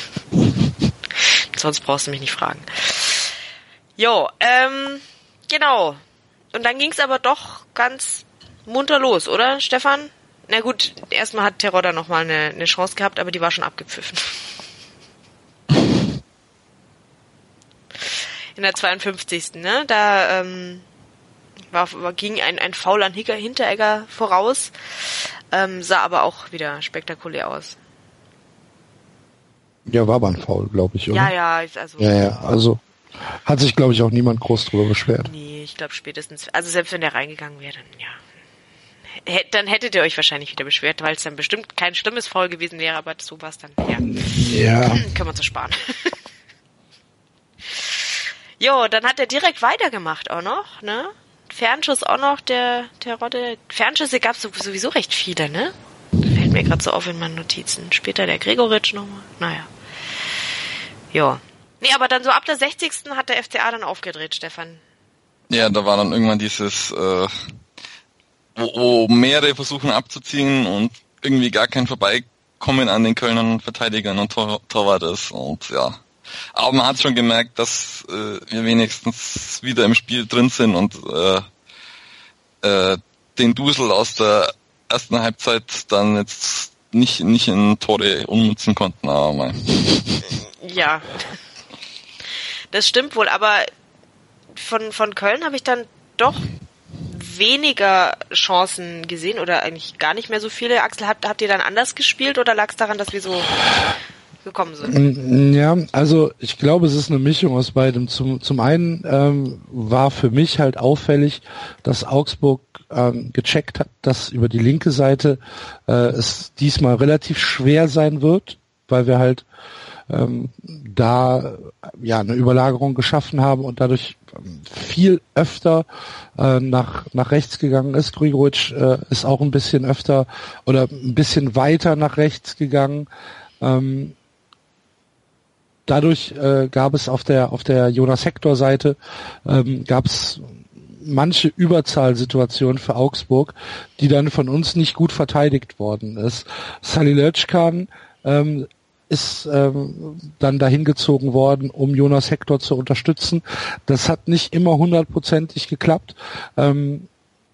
Sonst brauchst du mich nicht fragen. Jo, ähm, genau. Und dann ging's aber doch ganz munter los, oder, Stefan? Na gut, erstmal hat Terodde noch mal eine, eine Chance gehabt, aber die war schon abgepfiffen. In der zweiundfünfzigsten Ne? Da ähm, war, war, ging ein, ein Foul an Hinteregger voraus, ähm, sah aber auch wieder spektakulär aus. Ja, war aber ein Foul, glaube ich, oder? Ja, ja, also... Ja, ja, also hat sich, glaube ich, auch niemand groß drüber beschwert. Nee, ich glaube spätestens... Also selbst wenn der reingegangen wäre, dann ja... H- dann hättet ihr euch wahrscheinlich wieder beschwert, weil es dann bestimmt kein schlimmes Foul gewesen wäre, aber so war es dann, ja. Ja. Können wir uns sparen. Jo, dann hat er direkt weitergemacht auch noch, ne? Fernschuss auch noch, der Terodde. Fernschüsse gab es sowieso recht viele, ne? Fällt mir gerade so auf in meinen Notizen. Später der Gregoritsch nochmal. Naja. Jo. Nee, aber dann so ab der sechzigsten hat der F C A dann aufgedreht, Stefan. Ja, da war dann irgendwann dieses, äh, wo, wo mehrere versuchen abzuziehen und irgendwie gar kein Vorbeikommen an den Kölnern Verteidigern und Tor- Torwart ist und ja. Aber man hat schon gemerkt, dass äh, wir wenigstens wieder im Spiel drin sind und äh, äh, den Dusel aus der ersten Halbzeit dann jetzt nicht nicht in Tore ummünzen konnten. Aber mal. Ja, das stimmt wohl, aber von von Köln habe ich dann doch weniger Chancen gesehen oder eigentlich gar nicht mehr so viele. Axel, habt, habt ihr dann anders gespielt oder lag es daran, dass wir so gekommen sind? Ja, also ich glaube, es ist eine Mischung aus beidem. Zum, zum einen ähm, war für mich halt auffällig, dass Augsburg ähm, gecheckt hat, dass über die linke Seite äh, es diesmal relativ schwer sein wird, weil wir halt ähm, da ja eine Überlagerung geschaffen haben und dadurch viel öfter äh, nach nach rechts gegangen ist. Gregoritsch äh, ist auch ein bisschen öfter oder ein bisschen weiter nach rechts gegangen. Ähm, Dadurch äh, gab es auf der auf der Jonas-Hector-Seite ähm, gab es manche Überzahlsituationen für Augsburg, die dann von uns nicht gut verteidigt worden ist. Salih Özcan ähm, ist ähm, dann dahin gezogen worden, um Jonas Hector zu unterstützen. Das hat nicht immer hundertprozentig geklappt. Ähm,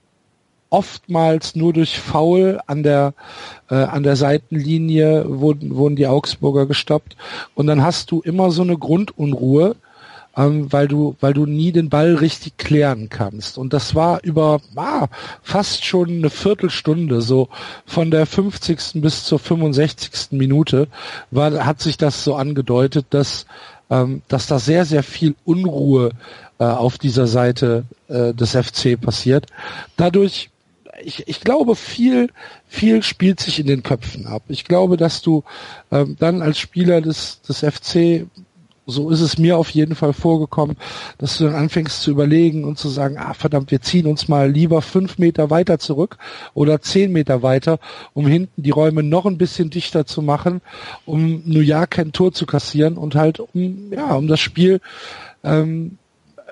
oftmals nur durch Foul an der äh, an der Seitenlinie wurden wurden die Augsburger gestoppt und dann hast du immer so eine Grundunruhe, ähm, weil du weil du nie den Ball richtig klären kannst und das war über ah, fast schon eine Viertelstunde, so von der fünfzigsten bis zur fünfundsechzigsten Minute war hat sich das so angedeutet, dass ähm, dass da sehr sehr viel Unruhe äh, auf dieser Seite äh, des F C passiert. Dadurch Ich, ich glaube, viel, viel spielt sich in den Köpfen ab. Ich glaube, dass du ähm, dann als Spieler des, des F C, so ist es mir auf jeden Fall vorgekommen, dass du dann anfängst zu überlegen und zu sagen, ah verdammt, wir ziehen uns mal lieber fünf Meter weiter zurück oder zehn Meter weiter, um hinten die Räume noch ein bisschen dichter zu machen, um nur ja kein Tor zu kassieren und halt um, ja, um das Spiel ähm,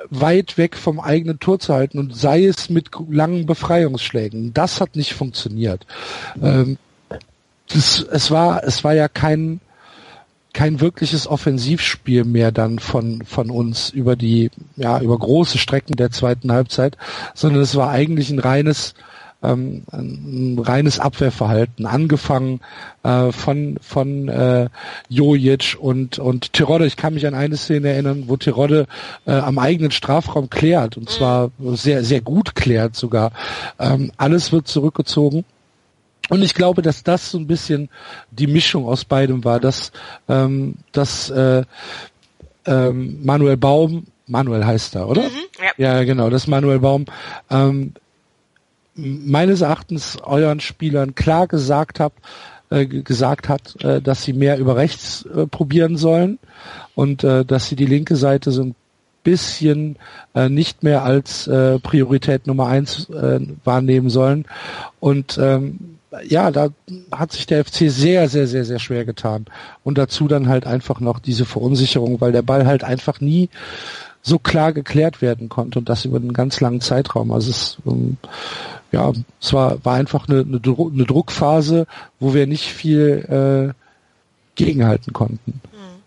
weit weg vom eigenen Tor zu halten und sei es mit langen Befreiungsschlägen. Das hat nicht funktioniert. Ähm, das, es war, es war ja kein, kein wirkliches Offensivspiel mehr dann von, von uns über die, ja, über große Strecken der zweiten Halbzeit, sondern es war eigentlich ein reines, ähm, ein reines Abwehrverhalten, angefangen äh, von von äh, Jojic und und Terodde. Ich kann mich an eine Szene erinnern, wo Terodde äh, am eigenen Strafraum klärt, und zwar sehr sehr gut klärt sogar. Ähm, alles wird zurückgezogen. Und ich glaube, dass das so ein bisschen die Mischung aus beidem war, dass ähm, dass äh, ähm, Manuel Baum, Manuel heißt er, oder? Mhm, ja. Ja, genau, dass Manuel Baum ähm, meines Erachtens euren Spielern klar gesagt hat, äh, gesagt hat, äh, dass sie mehr über rechts äh, probieren sollen und äh, dass sie die linke Seite so ein bisschen äh, nicht mehr als äh, Priorität Nummer eins äh, wahrnehmen sollen. Und ähm, ja, da hat sich der F C sehr, sehr, sehr, sehr schwer getan. Und dazu dann halt einfach noch diese Verunsicherung, weil der Ball halt einfach nie so klar geklärt werden konnte, und das über einen ganz langen Zeitraum. Also es ähm, ja, es war, war einfach eine, eine, Dru- eine Druckphase, wo wir nicht viel äh, gegenhalten konnten.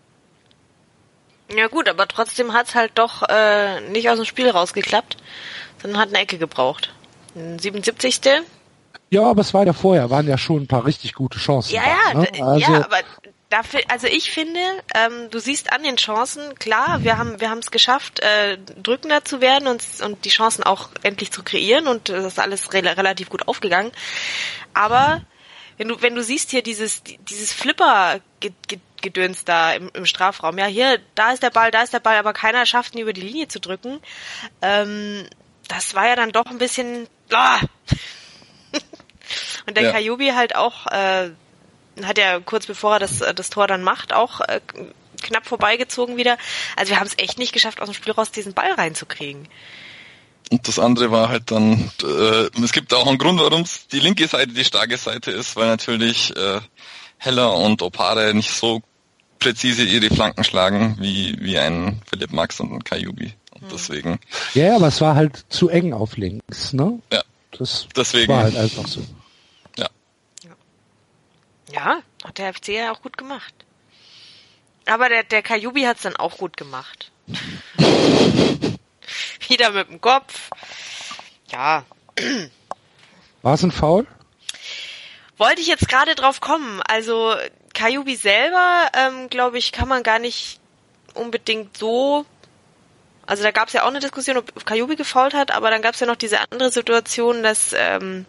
Ja gut, aber trotzdem hat's halt doch äh, nicht aus dem Spiel rausgeklappt, sondern hat eine Ecke gebraucht. siebenundsiebzigste Ja, aber es war ja vorher, waren ja schon ein paar richtig gute Chancen. Ja, da, ja, ne? d- also, ja, aber dafür, also ich finde, ähm, du siehst an den Chancen, klar, wir haben wir haben es geschafft, äh, drückender zu werden und und die Chancen auch endlich zu kreieren, und das ist alles re- relativ gut aufgegangen. Aber wenn du wenn du siehst hier dieses dieses Flipper Gedöns da im, im Strafraum, ja, hier, da ist der Ball, da ist der Ball, aber keiner schafft ihn über die Linie zu drücken. Ähm, das war ja dann doch ein bisschen ah. Und der Ja. Kajubi halt auch äh, hat ja kurz bevor er das das Tor dann macht, auch äh, knapp vorbeigezogen wieder. Also wir haben es echt nicht geschafft, aus dem Spiel raus diesen Ball reinzukriegen. Und das andere war halt dann, äh, es gibt auch einen Grund, warum es die linke Seite die starke Seite ist, weil natürlich äh, Heller und Opare nicht so präzise ihre Flanken schlagen wie wie ein Philipp Max und ein Kajubi. Und Mhm. deswegen. ja, aber es war halt zu eng auf links, ne? Ja. Das Deswegen. war halt einfach so. Ja, hat der F C ja auch gut gemacht. Aber der der Kajubi hat's dann auch gut gemacht. Wieder mit dem Kopf. Ja, War es ein Foul? wollte ich jetzt gerade drauf kommen. Also Kajubi selber, ähm, glaube ich, kann man gar nicht unbedingt so. Also da gab es ja auch eine Diskussion, ob Kajubi gefoult hat, aber dann gab es ja noch diese andere Situation, dass ähm,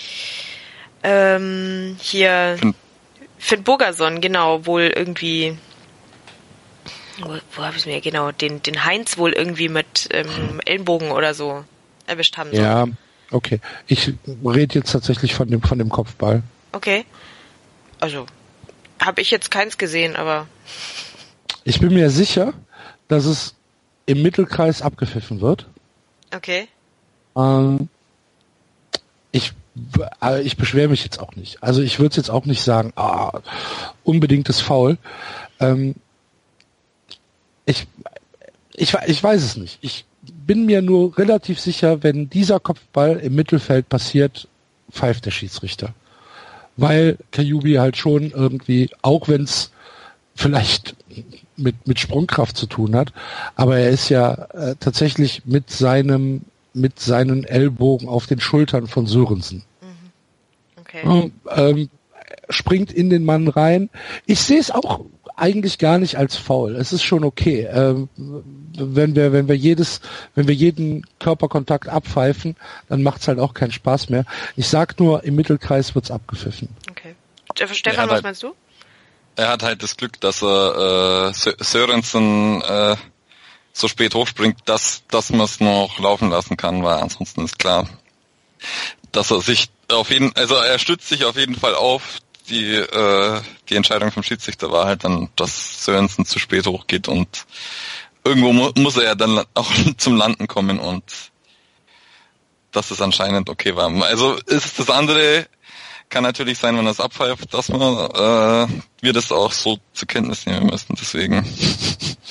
ähm, hier Finn- Finn Bogerson, genau, wohl irgendwie, wo, wo habe ich mir genau, den den Heinz wohl irgendwie mit ähm, Ellenbogen oder so erwischt haben soll. Ja, okay. Ich rede jetzt tatsächlich von dem von dem Kopfball. Okay. Also, habe ich jetzt keins gesehen, aber Ich bin mir sicher, dass es im Mittelkreis abgepfiffen wird. okay. Ähm, ich äh, ich beschwere mich jetzt auch nicht. Also ich würde es jetzt auch nicht sagen, ah, unbedingtes Foul. Ähm, ich, ich, ich weiß es nicht. Ich bin mir nur relativ sicher, wenn dieser Kopfball im Mittelfeld passiert, pfeift der Schiedsrichter. Weil Kajubi halt schon irgendwie, auch wenn es vielleicht mit mit Sprungkraft zu tun hat, aber er ist ja äh, tatsächlich mit seinem mit seinen Ellbogen auf den Schultern von Sörensen. Okay. Ähm, ähm, springt in den Mann rein. Ich sehe es auch eigentlich gar nicht als Foul. Es ist schon okay. Ähm, wenn wir wenn wir jedes wenn wir jeden Körperkontakt abpfeifen, dann macht's halt auch keinen Spaß mehr. Ich sag nur, im Mittelkreis wird's abgepfiffen. Okay. Stefan, Ja, was halt- meinst du? Er hat halt das Glück, dass er äh, Sö- Sörensen äh, so spät hochspringt, dass, dass man es noch laufen lassen kann, weil ansonsten ist klar, dass er sich auf jeden, also er stützt sich auf jeden Fall auf. Die äh, die Entscheidung vom Schiedsrichter war halt dann, dass Sörensen zu spät hochgeht, und irgendwo mu- muss er ja dann auch zum Landen kommen, und dass es anscheinend okay war. Also ist das andere, kann natürlich sein, wenn er es abpfeift, dass man äh, wir das auch so zur Kenntnis nehmen müssen. Deswegen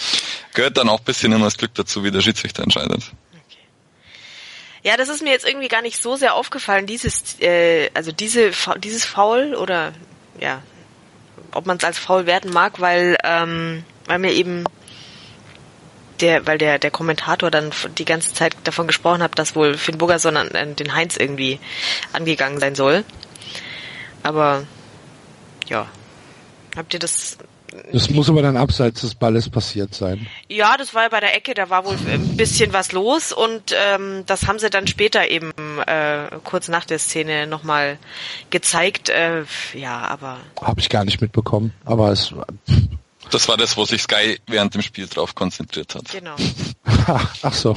gehört dann auch ein bisschen immer das Glück dazu, wie der Schiedsrichter entscheidet. Ja, das ist mir jetzt irgendwie gar nicht so sehr aufgefallen, dieses, äh, also diese, dieses Foul oder, ja, ob man es als Foul werten mag, weil, ähm, weil mir eben der, weil der, der Kommentator dann die ganze Zeit davon gesprochen hat, dass wohl Finn Bogason an, an den Heinz irgendwie angegangen sein soll. Aber, ja. Habt ihr das... Das muss aber dann abseits des Balles passiert sein. Ja, das war ja bei der Ecke, da war wohl ein bisschen was los und ähm, das haben sie dann später eben äh, kurz nach der Szene nochmal gezeigt. Äh, ja, aber... Habe ich gar nicht mitbekommen, aber es... Das war das, wo sich Sky während dem Spiel drauf konzentriert hat. Genau. Ach so.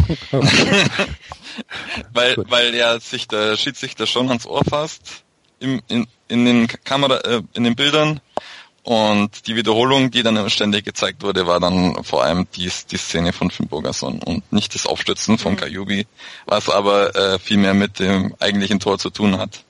weil, weil ja sich der Schiedsrichter schon ans Ohr fasst im, in, in den Kamera, äh, in den Bildern. Und die Wiederholung, die dann ständig gezeigt wurde, war dann vor allem die, die Szene von Finn Bogason und nicht das Aufstützen von mhm. Kajubi, was aber äh, viel mehr mit dem eigentlichen Tor zu tun hat.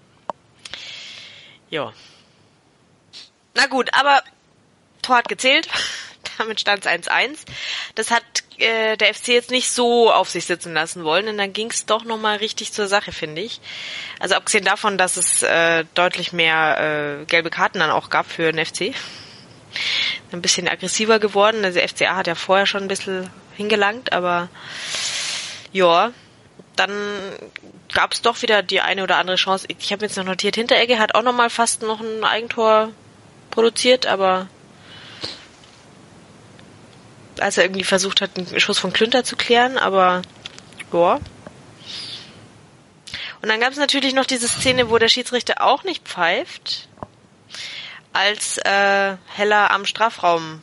Ja. Na gut, aber Tor hat gezählt. Damit stand es eins eins. Das hat äh, der F C jetzt nicht so auf sich sitzen lassen wollen, und dann ging es doch nochmal richtig zur Sache, finde ich. Also abgesehen davon, dass es äh, deutlich mehr äh, gelbe Karten dann auch gab für den F C. Ein bisschen aggressiver geworden. Also der F C A hat ja vorher schon ein bisschen hingelangt, aber ja, dann gab es doch wieder die eine oder andere Chance. Ich habe jetzt noch notiert, Hinteregger hat auch nochmal fast noch ein Eigentor produziert, aber als er irgendwie versucht hat, einen Schuss von Klünter zu klären, aber ja. Und dann gab es natürlich noch diese Szene, wo der Schiedsrichter auch nicht pfeift, als äh, Heller am Strafraum,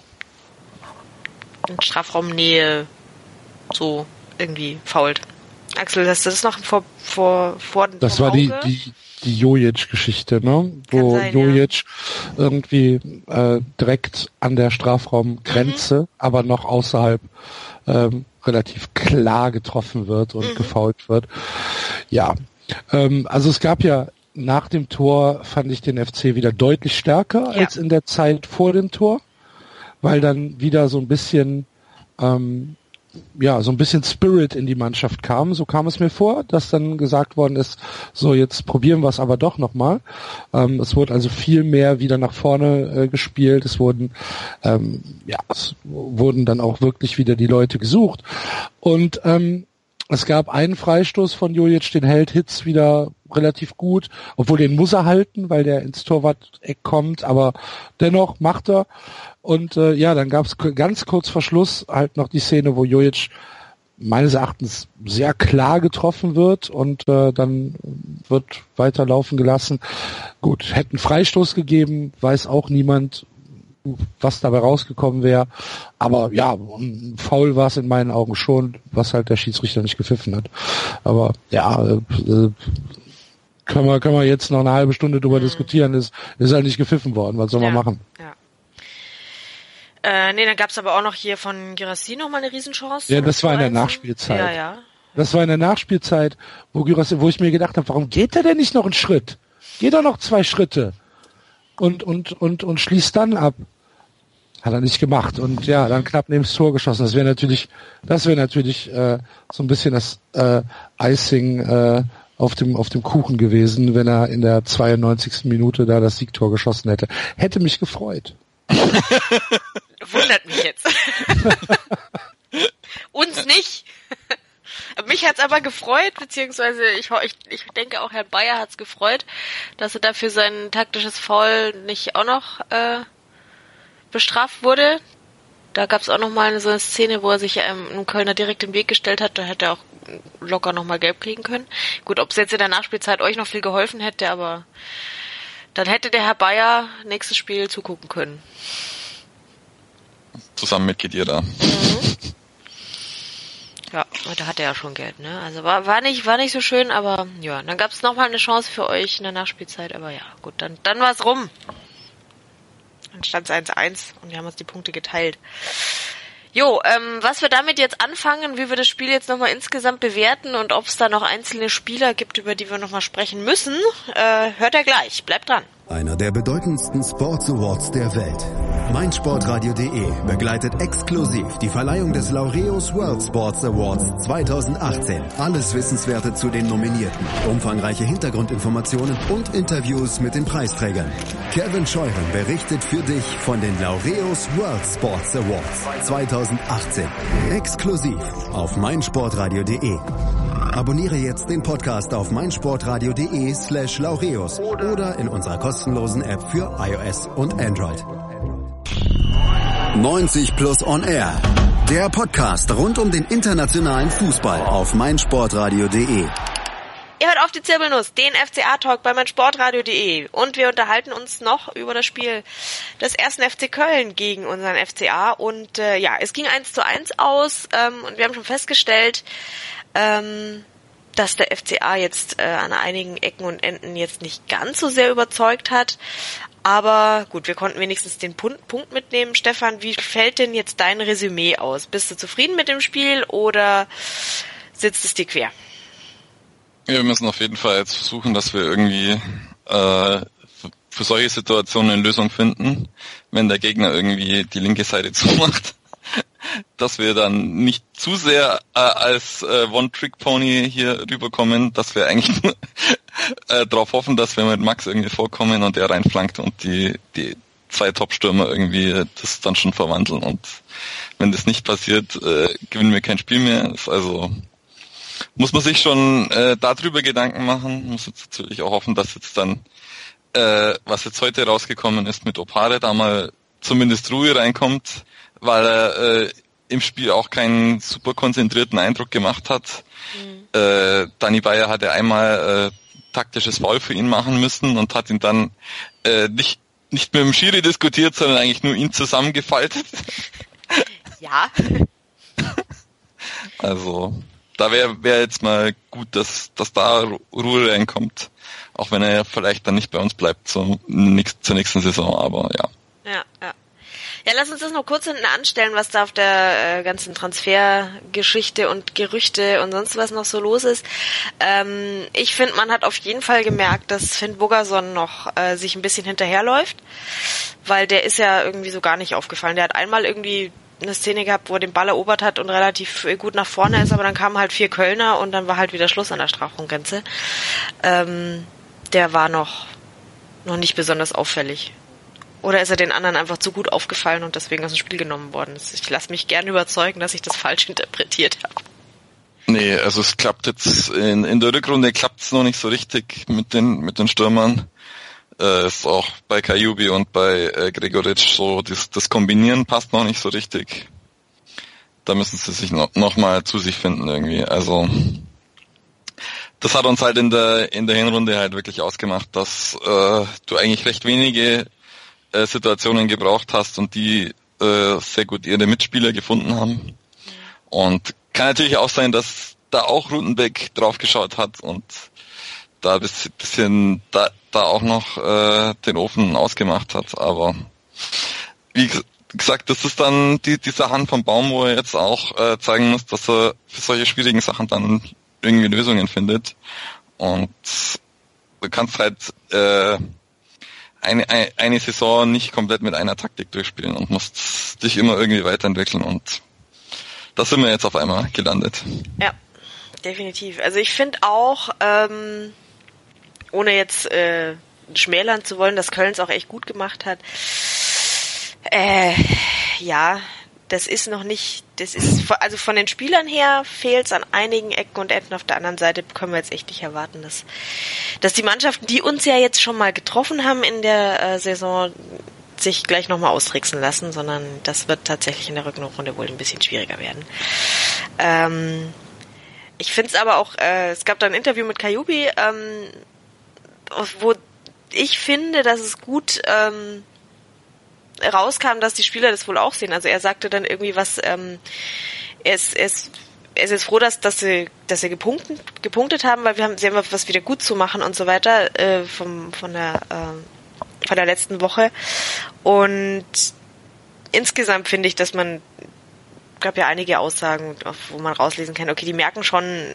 in Strafraumnähe so irgendwie fault. Axel, hast du das noch vor vor vor Das war die die die Jojic-Geschichte, ne? Wo sein, Jojic ja. irgendwie äh, direkt an der Strafraumgrenze, mhm. aber noch außerhalb ähm, relativ klar getroffen wird und mhm. gefoult wird. Ja, ähm, also es gab ja nach dem Tor, fand ich den F C wieder deutlich stärker ja. als in der Zeit vor dem Tor, weil dann wieder so ein bisschen ähm, ja, so ein bisschen Spirit in die Mannschaft kam, so kam es mir vor, dass dann gesagt worden ist, so jetzt probieren wir es aber doch nochmal. Ähm, es wurde also viel mehr wieder nach vorne äh, gespielt, es wurden ähm, ja, es wurden dann auch wirklich wieder die Leute gesucht und ähm, es gab einen Freistoß von Jojic, den hält Hitz wieder relativ gut, obwohl den muss er halten, weil der ins Torwart-Eck kommt, aber dennoch macht er. Und äh, ja, dann gab es ganz kurz vor Schluss halt noch die Szene, wo Jojic meines Erachtens sehr klar getroffen wird und äh, dann wird weiterlaufen gelassen. Gut, hätten Freistoß gegeben, weiß auch niemand, was dabei rausgekommen wäre. Aber ja, ein Foul war es in meinen Augen schon, was halt der Schiedsrichter nicht gepfiffen hat. Aber ja, äh, können wir, können wir jetzt noch eine halbe Stunde drüber mhm. diskutieren. Ist, ist halt nicht gepfiffen worden. Was soll ja, man machen? Ja. Äh, nee, dann gab's aber auch noch hier von Guirassy noch mal eine Riesenchance. Ja, das war in der Nachspielzeit. Ja, ja. Das war in der Nachspielzeit, wo Guirassy, wo ich mir gedacht habe, warum geht er denn nicht noch einen Schritt? Geht doch noch zwei Schritte. Und, und, und, und schließt dann ab. Hat er nicht gemacht. Und ja, dann knapp neben das Tor geschossen. Das wäre natürlich, das wäre natürlich, äh, so ein bisschen das, äh, Icing, äh, auf dem, auf dem Kuchen gewesen, wenn er in der zweiundneunzigsten Minute da das Siegtor geschossen hätte. Hätte mich gefreut. Wundert mich jetzt. Uns nicht. Mich hat's aber gefreut, beziehungsweise ich, ich, ich denke auch Herrn Bayer hat's gefreut, dass er dafür sein taktisches Foul nicht auch noch äh, bestraft wurde. Da gab's auch noch mal so eine Szene, wo er sich ähm, einem Kölner direkt im Weg gestellt hat. Da hätte er auch locker noch mal gelb kriegen können. Gut, ob es jetzt in der Nachspielzeit euch noch viel geholfen hätte, aber dann hätte der Herr Bayer nächstes Spiel zugucken können. Zusammen mit Khedira. Mhm. Ja, da hat er ja schon Geld, ne? Also war, war nicht, war nicht so schön, aber ja, dann gab es nochmal eine Chance für euch in der Nachspielzeit, aber ja, gut, dann, dann war es rum. Dann stand es eins eins und wir haben uns die Punkte geteilt. Jo, ähm, was wir damit jetzt anfangen, wie wir das Spiel jetzt nochmal insgesamt bewerten und ob es da noch einzelne Spieler gibt, über die wir nochmal sprechen müssen, äh, hört ihr gleich. Bleibt dran. Einer der bedeutendsten Sports Awards der Welt. meinsportradio punkt de begleitet exklusiv die Verleihung des Laureus World Sports Awards zweitausendachtzehn. Alles Wissenswerte zu den Nominierten, umfangreiche Hintergrundinformationen und Interviews mit den Preisträgern. Kevin Scheuren berichtet für dich von den Laureus World Sports Awards zweitausendachtzehn. Exklusiv auf meinsportradio punkt de. Abonniere jetzt den Podcast auf meinsportradio punkt de slash Laureus oder in unserer kostenlosen App für iOS und Android. neunzig Plus On Air. Der Podcast rund um den internationalen Fußball auf meinsportradio punkt de. Ihr hört auf die Zirbelnuss, den F C A-Talk bei meinsportradio punkt de und wir unterhalten uns noch über das Spiel des ersten F C Köln gegen unseren F C A und äh, ja, es ging eins zu eins aus ähm, und wir haben schon festgestellt, ähm, dass der F C A jetzt äh, an einigen Ecken und Enden jetzt nicht ganz so sehr überzeugt hat. Aber gut, wir konnten wenigstens den Punkt, Punkt mitnehmen. Stefan, wie fällt denn jetzt dein Resümee aus? Bist du zufrieden mit dem Spiel oder sitzt es dir quer? Ja, wir müssen auf jeden Fall jetzt versuchen, dass wir irgendwie äh, für solche Situationen eine Lösung finden, wenn der Gegner irgendwie die linke Seite zumacht. Dass wir dann nicht zu sehr äh, als äh, One-Trick-Pony hier rüberkommen, dass wir eigentlich nur äh, darauf hoffen, dass wir mit Max irgendwie vorkommen und er reinflankt und die die zwei Top-Stürmer irgendwie das dann schon verwandeln. Und wenn das nicht passiert, äh, gewinnen wir kein Spiel mehr. Also muss man sich schon äh, darüber Gedanken machen. Muss jetzt natürlich auch hoffen, dass jetzt dann, äh, was jetzt heute rausgekommen ist mit Opare, da mal zumindest Ruhe reinkommt, weil er äh, im Spiel auch keinen super konzentrierten Eindruck gemacht hat. Mhm. Äh, Dani Bayer hat ja einmal äh, taktisches Foul für ihn machen müssen und hat ihn dann äh, nicht nicht mit dem Schiri diskutiert, sondern eigentlich nur ihn zusammengefaltet. Ja. Also da wäre wär jetzt mal gut, dass dass da Ruhe reinkommt, auch wenn er ja vielleicht dann nicht bei uns bleibt zur, zur nächsten Saison, aber ja. Ja, ja. Ja, lass uns das noch kurz hinten anstellen, was da auf der äh, ganzen Transfergeschichte und Gerüchte und sonst was noch so los ist. Ähm, ich finde, man hat auf jeden Fall gemerkt, dass Finn Bogason noch äh, sich ein bisschen hinterherläuft, weil der ist ja irgendwie so gar nicht aufgefallen. Der hat einmal irgendwie eine Szene gehabt, wo er den Ball erobert hat und relativ gut nach vorne ist, aber dann kamen halt vier Kölner und dann war halt wieder Schluss an der Strafraumgrenze. Ähm, der war noch, noch nicht besonders auffällig. Oder ist er den anderen einfach zu gut aufgefallen und deswegen aus dem Spiel genommen worden? Ich lasse mich gerne überzeugen, dass ich das falsch interpretiert habe. Nee, also es klappt jetzt, in, in der Rückrunde klappt es noch nicht so richtig mit den mit den Stürmern. Äh, ist auch bei Kajubi und bei äh, Gregoritsch so, das, das Kombinieren passt noch nicht so richtig. Da müssen sie sich noch, noch mal zu sich finden irgendwie. Also das hat uns halt in der in der Hinrunde halt wirklich ausgemacht, dass äh, du eigentlich recht wenige Situationen gebraucht hast und die äh, sehr gut ihre Mitspieler gefunden haben. Und kann natürlich auch sein, dass da auch Rutenbeck drauf geschaut hat und da ein bisschen da, da auch noch äh, den Ofen ausgemacht hat. Aber wie gesagt, das ist dann die, diese Hand vom Baum, wo er jetzt auch äh, zeigen muss, dass er für solche schwierigen Sachen dann irgendwie Lösungen findet. Und du kannst halt äh, Eine, eine, eine Saison nicht komplett mit einer Taktik durchspielen und musst dich immer irgendwie weiterentwickeln und da sind wir jetzt auf einmal gelandet. Ja, definitiv. Also ich finde auch, ähm, ohne jetzt äh, schmälern zu wollen, dass Köln es auch echt gut gemacht hat, äh, ja, das ist noch nicht, das ist, also von den Spielern her fehlt es an einigen Ecken und Enden. Auf der anderen Seite können wir jetzt echt nicht erwarten, dass, dass die Mannschaften, die uns ja jetzt schon mal getroffen haben in der äh, Saison, sich gleich nochmal austricksen lassen, sondern das wird tatsächlich in der Rückrunde wohl ein bisschen schwieriger werden. Ähm, ich finde es aber auch, äh, es gab da ein Interview mit Kajubi, ähm, wo ich finde, dass es gut ähm, rauskam, dass die Spieler das wohl auch sehen. Also er sagte dann irgendwie was, ähm, er ist, er ist, er ist jetzt froh, dass, dass sie, dass sie gepunktet, gepunktet haben, weil wir haben, sie haben was wieder gut zu machen und so weiter, äh, vom, von der, äh, von der letzten Woche. Und insgesamt finde ich, dass man, gab ja einige Aussagen, wo man rauslesen kann, okay, die merken schon,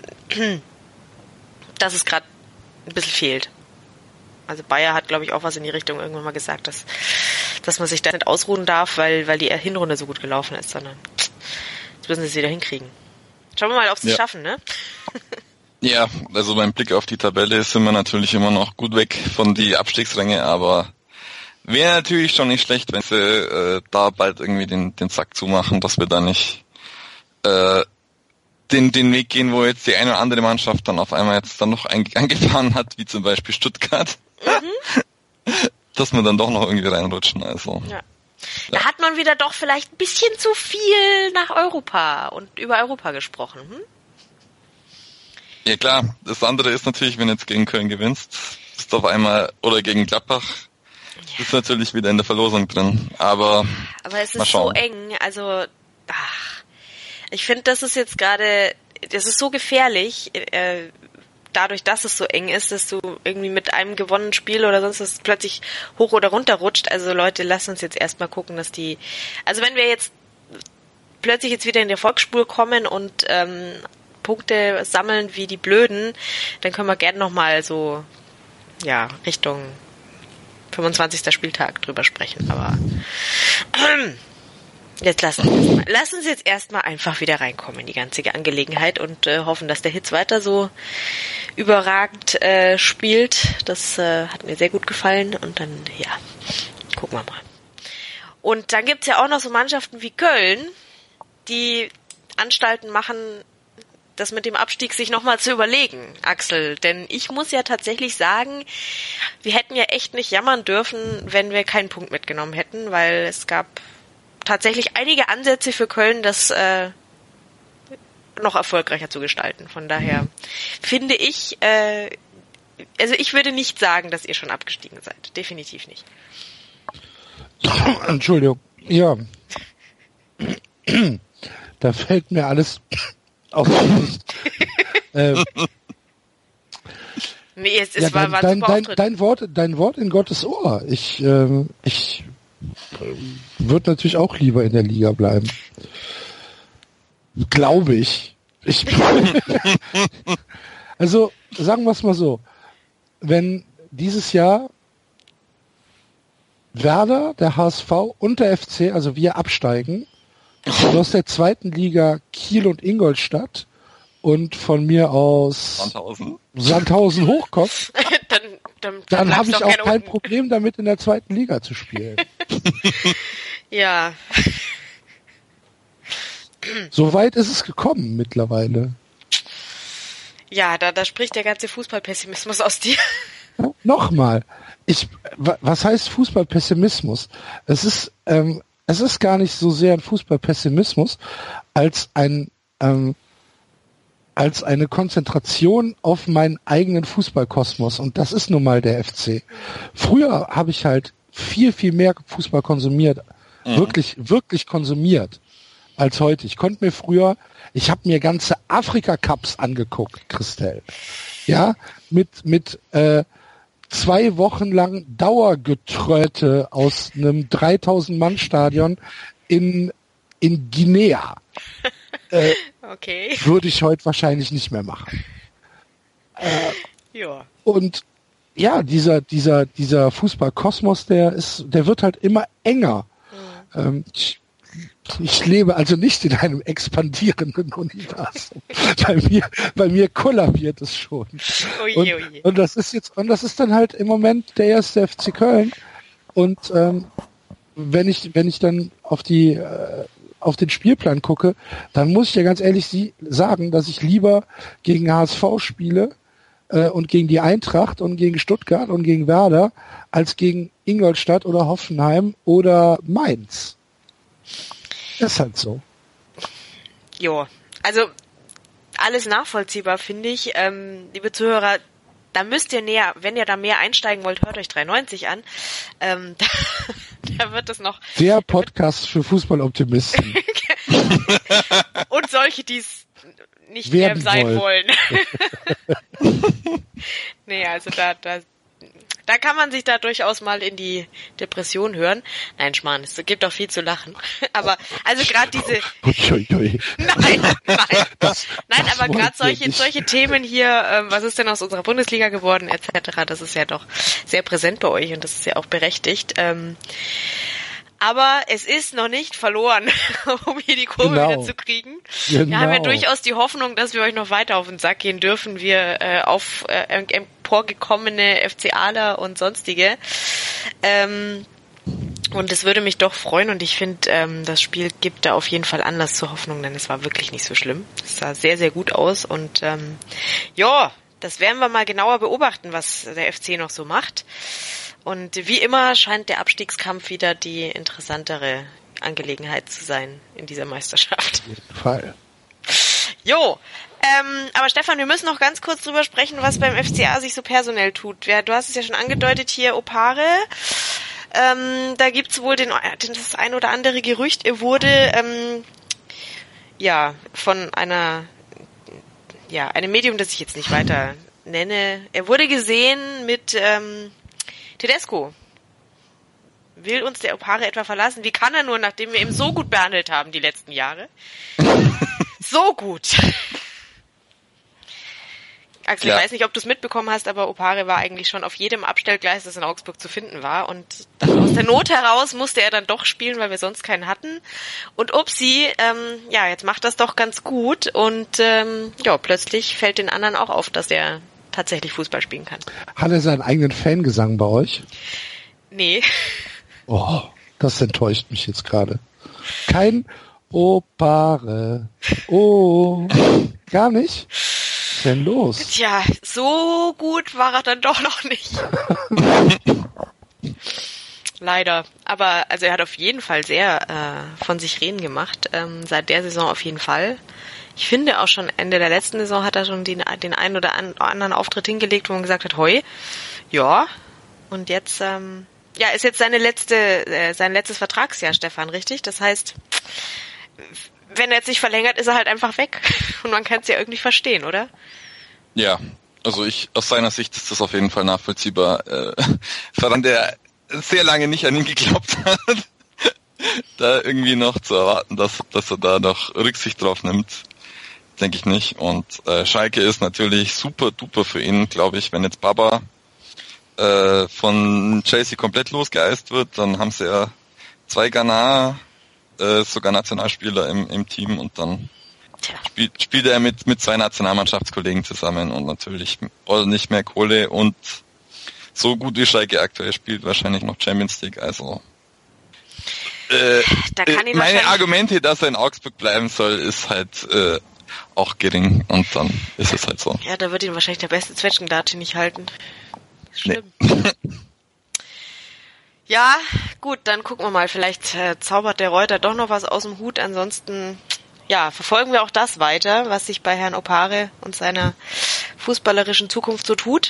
dass es gerade ein bisschen fehlt. Also Bayer hat, glaube ich, auch was in die Richtung irgendwann mal gesagt, dass, dass man sich da nicht ausruhen darf, weil, weil die Hinrunde so gut gelaufen ist, sondern jetzt müssen sie es wieder hinkriegen. Schauen wir mal, ob sie es Ja. schaffen, ne? Ja, also beim Blick auf die Tabelle sind wir natürlich immer noch gut weg von die Abstiegsränge, aber wäre natürlich schon nicht schlecht, wenn sie äh, da bald irgendwie den, den Sack zumachen, dass wir da nicht äh, den, den Weg gehen, wo jetzt die eine oder andere Mannschaft dann auf einmal jetzt dann noch ein, eingefahren hat, wie zum Beispiel Stuttgart. Mhm. Dass wir dann doch noch irgendwie reinrutschen, also. Ja. Da hat man wieder doch vielleicht ein bisschen zu viel nach Europa und über Europa gesprochen. Hm? Ja klar, das andere ist natürlich, wenn du jetzt gegen Köln gewinnst, ist auf einmal, oder gegen Gladbach, ja. ist natürlich wieder in der Verlosung drin. Aber, Aber es mal ist so schauen. eng, also ach, ich finde, das ist jetzt gerade, das ist so gefährlich, äh, dadurch, dass es so eng ist, dass du irgendwie mit einem gewonnenen Spiel oder sonst was plötzlich hoch oder runter rutscht. Also Leute, lasst uns jetzt erstmal gucken, dass die, also wenn wir jetzt plötzlich jetzt wieder in die Erfolgsspur kommen und ähm, Punkte sammeln wie die Blöden, dann können wir gerne nochmal so, ja, Richtung fünfundzwanzigsten Spieltag drüber sprechen, aber ähm, Jetzt lassen wir uns, mal, lass uns jetzt erstmal einfach wieder reinkommen in die ganze Angelegenheit und äh, hoffen, dass der Hitz weiter so überragend äh, spielt. Das äh, hat mir sehr gut gefallen und dann, ja, gucken wir mal. Und dann gibt's ja auch noch so Mannschaften wie Köln, die Anstalten machen, das mit dem Abstieg sich nochmal zu überlegen, Axel. Denn ich muss ja tatsächlich sagen, wir hätten ja echt nicht jammern dürfen, wenn wir keinen Punkt mitgenommen hätten, weil es gab tatsächlich einige Ansätze für Köln, das äh, noch erfolgreicher zu gestalten. Von daher finde ich, äh, also ich würde nicht sagen, dass ihr schon abgestiegen seid. Definitiv nicht. Entschuldigung. Ja. Da fällt mir alles auf die Gesicht. ähm, nee, es, es ja, war, war dein, super dein, Auftritt. dein Wort, dein Wort in Gottes Ohr. Ich, ähm, ich würde natürlich auch lieber in der Liga bleiben. Glaube ich. Ich also, sagen wir es mal so. Wenn dieses Jahr Werder, der H S V und der F C, also wir absteigen, und aus der zweiten Liga Kiel und Ingolstadt und von mir aus Sandhausen, Sandhausen hochkommen, dann dann, dann dann habe ich auch auch gerne kein unten. Problem damit, in der zweiten Liga zu spielen. Ja. So weit ist es gekommen mittlerweile. Ja, da, da spricht der ganze Fußballpessimismus aus dir. Ja, nochmal, ich, wa- was heißt Fußballpessimismus? Es ist, ähm, es ist gar nicht so sehr ein Fußballpessimismus als ein, ähm, als eine Konzentration auf meinen eigenen Fußballkosmos. Und das ist nun mal der F C. Früher habe ich halt viel, viel mehr Fußball konsumiert. Mhm. Wirklich, wirklich konsumiert als heute. Ich konnte mir früher, ich habe mir ganze Afrika-Cups angeguckt, Christel. Ja, mit, mit, äh, zwei Wochen lang Dauergetröte aus einem dreitausend-Mann-Stadion in, in Guinea. Äh, Okay. würde ich heute wahrscheinlich nicht mehr machen. Äh, Ja. und ja, dieser, dieser, dieser Fußballkosmos, der ist, der wird halt immer enger. Mhm. Ähm, ich, ich lebe also nicht in einem expandierenden Universum. bei mir, bei mir kollabiert es schon. Oje, und, oje. und das ist jetzt, und das ist dann halt im Moment der erste F C Köln. Und ähm, wenn ich, wenn ich dann auf die, äh, auf den Spielplan gucke, dann muss ich ja ganz ehrlich sie sagen, dass ich lieber gegen H S V spiele äh, und gegen die Eintracht und gegen Stuttgart und gegen Werder als gegen Ingolstadt oder Hoffenheim oder Mainz. Ist halt so. Jo, also alles nachvollziehbar, finde ich. Ähm, liebe Zuhörer, da müsst ihr näher, wenn ihr da mehr einsteigen wollt, hört euch dreiundneunzig an. Ähm, da, da wird es noch... Der Podcast für Fußballoptimisten. Und solche, die es nicht Werden mehr sein wollen. wollen. Nee, also da, da, da kann man sich da durchaus mal in die Depression hören. Nein, Schmarrn, es gibt auch viel zu lachen. Aber also gerade diese... Uiuiui. Nein, nein. Das, Nein, das aber wollt gerade ihr solche, nicht. solche Themen hier, ähm, was ist denn aus unserer Bundesliga geworden, et cetera, das ist ja doch sehr präsent bei euch und das ist ja auch berechtigt. Ähm, Aber es ist noch nicht verloren, um hier die Kurve Genau. wieder zu kriegen. Genau. Wir haben ja durchaus die Hoffnung, dass wir euch noch weiter auf den Sack gehen dürfen. Wir äh, auf äh, emporgekommene FCAler und sonstige. Ähm, und es würde mich doch freuen und ich finde, ähm, das Spiel gibt da auf jeden Fall Anlass zur Hoffnung, denn es war wirklich nicht so schlimm. Es sah sehr, sehr gut aus und ähm, ja, das werden wir mal genauer beobachten, was der F C noch so macht. Und wie immer scheint der Abstiegskampf wieder die interessantere Angelegenheit zu sein in dieser Meisterschaft. Auf jeden Fall. Jo, ähm, aber Stefan, wir müssen noch ganz kurz drüber sprechen, was beim F C A sich so personell tut. Ja, du hast es ja schon angedeutet hier, Opare. Ähm, da gibt's wohl den, das ein oder andere Gerücht. Er wurde ähm, ja von einer ja einem Medium, das ich jetzt nicht weiter nenne. Er wurde gesehen mit ähm, Tedesco. Will uns der Opare etwa verlassen? Wie kann er nur, nachdem wir ihn so gut behandelt haben die letzten Jahre? So gut. Axel, Ja. ich weiß nicht, ob du es mitbekommen hast, aber Opare war eigentlich schon auf jedem Abstellgleis, das in Augsburg zu finden war. Und dann aus der Not heraus musste er dann doch spielen, weil wir sonst keinen hatten. Und upsi, ähm, ja, jetzt macht das doch ganz gut. Und ähm, ja, plötzlich fällt den anderen auch auf, dass er tatsächlich Fußball spielen kann. Hat er seinen eigenen Fangesang bei euch? Nee. Oh, das enttäuscht mich jetzt gerade. Kein Opare. Oh, gar nicht? Was ist denn los? Tja, so gut war er dann doch noch nicht. Leider. Aber also er hat auf jeden Fall sehr äh, von sich reden gemacht. Ähm, seit der Saison auf jeden Fall. Ich finde auch schon Ende der letzten Saison hat er schon den, den einen oder an, anderen Auftritt hingelegt, wo man gesagt hat, hoi, ja. Und jetzt, ähm, ja, ist jetzt seine letzte, äh, sein letztes Vertragsjahr, Stefan, richtig? Das heißt, wenn er jetzt nicht verlängert, ist er halt einfach weg. Und man kann es ja irgendwie verstehen, oder? Ja, also ich aus seiner Sicht ist das auf jeden Fall nachvollziehbar. Äh, Verein, der sehr lange nicht an ihn geglaubt hat, da irgendwie noch zu erwarten, dass, dass er da noch Rücksicht drauf nimmt, denke ich nicht. Und äh, Schalke ist natürlich super duper für ihn, glaube ich. Wenn jetzt Baba äh, von Chelsea komplett losgeeist wird, dann haben sie ja zwei Ghana, äh, sogar Nationalspieler im, im Team und dann spiel, spielt er mit, mit zwei Nationalmannschaftskollegen zusammen und natürlich nicht mehr Kohle und so gut wie Schalke aktuell spielt, wahrscheinlich noch Champions League, also äh, Da kann ihn meine wahrscheinlich- Argumente, dass er in Augsburg bleiben soll, ist halt äh, auch gering und dann ist es halt so. Ja, da wird ihn wahrscheinlich der beste Zwetschgendatschi nicht halten. Nee. Schlimm. Ja, gut, dann gucken wir mal. Vielleicht äh, zaubert der Reuter doch noch was aus dem Hut. Ansonsten, ja, verfolgen wir auch das weiter, was sich bei Herrn Opare und seiner fußballerischen Zukunft so tut.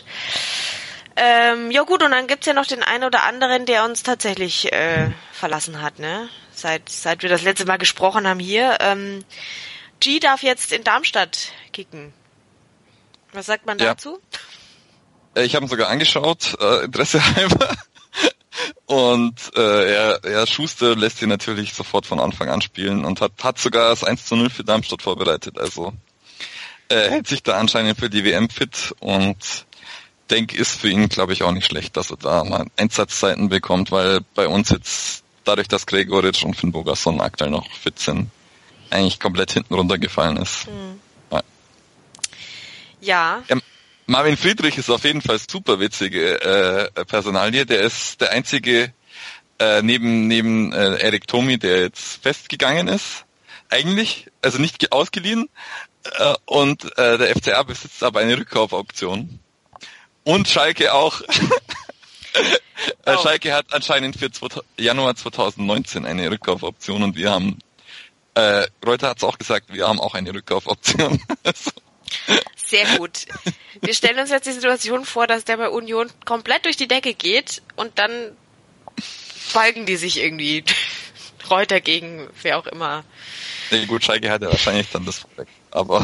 Ähm, ja gut, und dann gibt's ja noch den einen oder anderen, der uns tatsächlich äh, verlassen hat, ne? Seit seit wir das letzte Mal gesprochen haben hier. Ähm, G darf jetzt in Darmstadt kicken. Was sagt man Ja. dazu? Ich habe ihn sogar angeschaut, äh, Interesse halber. Und äh, er, er Schuster lässt ihn natürlich sofort von Anfang an spielen und hat, hat sogar das eins zu null für Darmstadt vorbereitet. Also er hält sich da anscheinend für die W M fit und denke, ist für ihn, glaube ich, auch nicht schlecht, dass er da mal Einsatzzeiten bekommt, weil bei uns jetzt, dadurch, dass Gregoritsch und Finn Bogason aktuell noch fit sind, eigentlich komplett hinten runtergefallen ist. Hm. Ja. Ja. Ja, Marvin Friedrich ist auf jeden Fall super witzige äh, Personalie. Der ist der einzige äh, neben neben äh, Erik Thomi, der jetzt festgegangen ist. Eigentlich, also nicht ausgeliehen. Äh, und äh, der F C A besitzt aber eine Rückkaufoption. Und Schalke auch. äh, Oh. Schalke hat anscheinend für Januar zweitausendneunzehn eine Rückkaufoption und wir haben, äh, Reuter hat es auch gesagt, wir haben auch eine Rückkaufoption. Also, Sehr gut. Wir stellen uns jetzt die Situation vor, dass der bei Union komplett durch die Decke geht und dann balgen die sich irgendwie. Reuter gegen wer auch immer. nee, gut, Schalke hat ja wahrscheinlich dann das Vorweg. Aber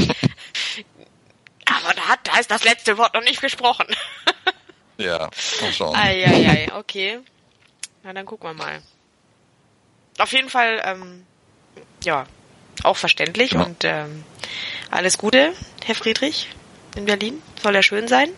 Aber da, hat, da ist das letzte Wort noch nicht gesprochen. ja, mal schauen. Eieiei, okay. Na, dann gucken wir mal. Auf jeden Fall, ähm, ja, auch verständlich Ja. und ähm, alles Gute, Herr Friedrich, in Berlin. Soll ja schön sein.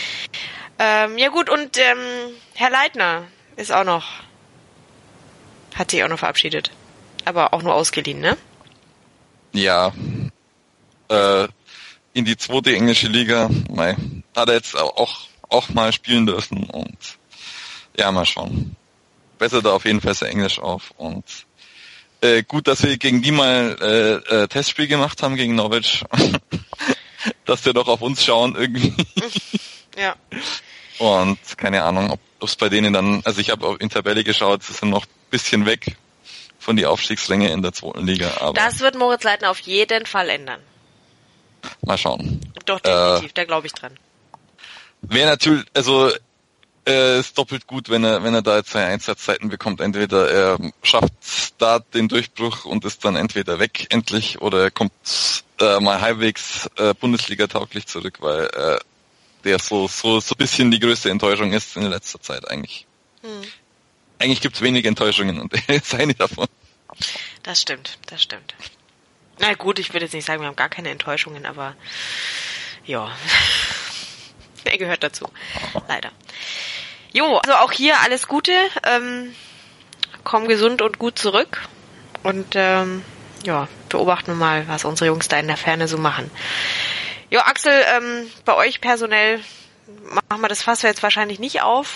Ähm, ja gut, und ähm, Herr Leitner ist auch noch Hat sich auch noch verabschiedet. Aber auch nur ausgeliehen, ne? Ja. Äh, in die zweite englische Liga, mei, hat er jetzt auch, auch mal spielen dürfen und ja, mal schauen. Bessert er auf jeden Fall sehr Englisch auf und äh, gut, dass wir gegen die mal äh, äh, Testspiel gemacht haben gegen Norwich. Dass wir doch auf uns schauen irgendwie. Ja. Und keine Ahnung, ob es bei denen dann, also ich habe in Tabelle geschaut, sie sind noch ein bisschen weg von die Aufstiegsränge in der zweiten Liga. Aber das wird Moritz Leitner auf jeden Fall ändern. Mal schauen. Doch, definitiv, äh, da glaube ich dran. Wäre natürlich, also äh, ist doppelt gut, wenn er wenn er da jetzt zwei Einsatzzeiten bekommt. Entweder er schafft da den Durchbruch und ist dann entweder weg endlich oder er kommt äh, mal halbwegs äh, Bundesliga-tauglich zurück, weil äh, der so so so ein bisschen die größte Enttäuschung ist in letzter Zeit eigentlich. Hm. Eigentlich gibt's wenige Enttäuschungen und er ist eine davon. Das stimmt, das stimmt. Na gut, ich würde jetzt nicht sagen, wir haben gar keine Enttäuschungen, aber ja, er gehört dazu, leider. Jo, also auch hier alles Gute, ähm, komm gesund und gut zurück und ähm, ja, beobachten wir mal, was unsere Jungs da in der Ferne so machen. Jo, Axel, ähm, bei euch personell machen wir das Fass jetzt wahrscheinlich nicht auf,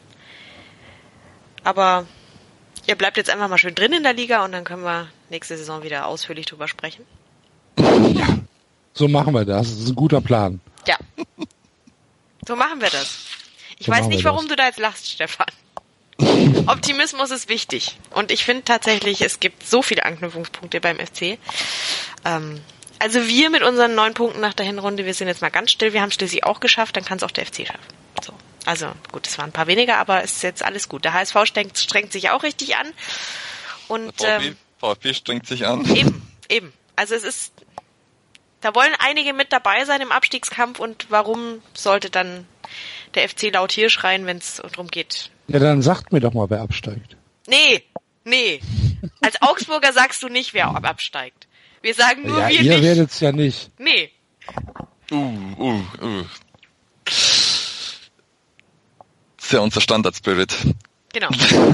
aber ihr bleibt jetzt einfach mal schön drin in der Liga und dann können wir nächste Saison wieder ausführlich drüber sprechen. Ja, so machen wir das. Das ist ein guter Plan. Ja, so machen wir das. Ich So weiß machen nicht, wir warum das. du da jetzt lachst, Stefan. Optimismus ist wichtig. Und ich finde tatsächlich, es gibt so viele Anknüpfungspunkte beim F C. Ähm, also wir mit unseren neun Punkten nach der Hinrunde, wir sind jetzt mal ganz still. Wir haben schließlich auch geschafft, dann kann es auch der F C schaffen. So. Also gut, es waren ein paar weniger, aber es ist jetzt alles gut. Der H S V strengt, strengt sich auch richtig an. Und Der VfB, ähm, VfB strengt sich an. eben, eben. Also es ist, da wollen einige mit dabei sein im Abstiegskampf und warum sollte dann der F C laut hier schreien, wenn es darum geht? Ja, dann sagt mir doch mal, wer absteigt. Nee, nee. Als Augsburger sagst du nicht, wer absteigt. Wir sagen nur, Ja, wir ihr nicht. werdet's ja nicht. Nee. Uh, uh, uh. Das ist ja unser Standard-Spirit. Genau.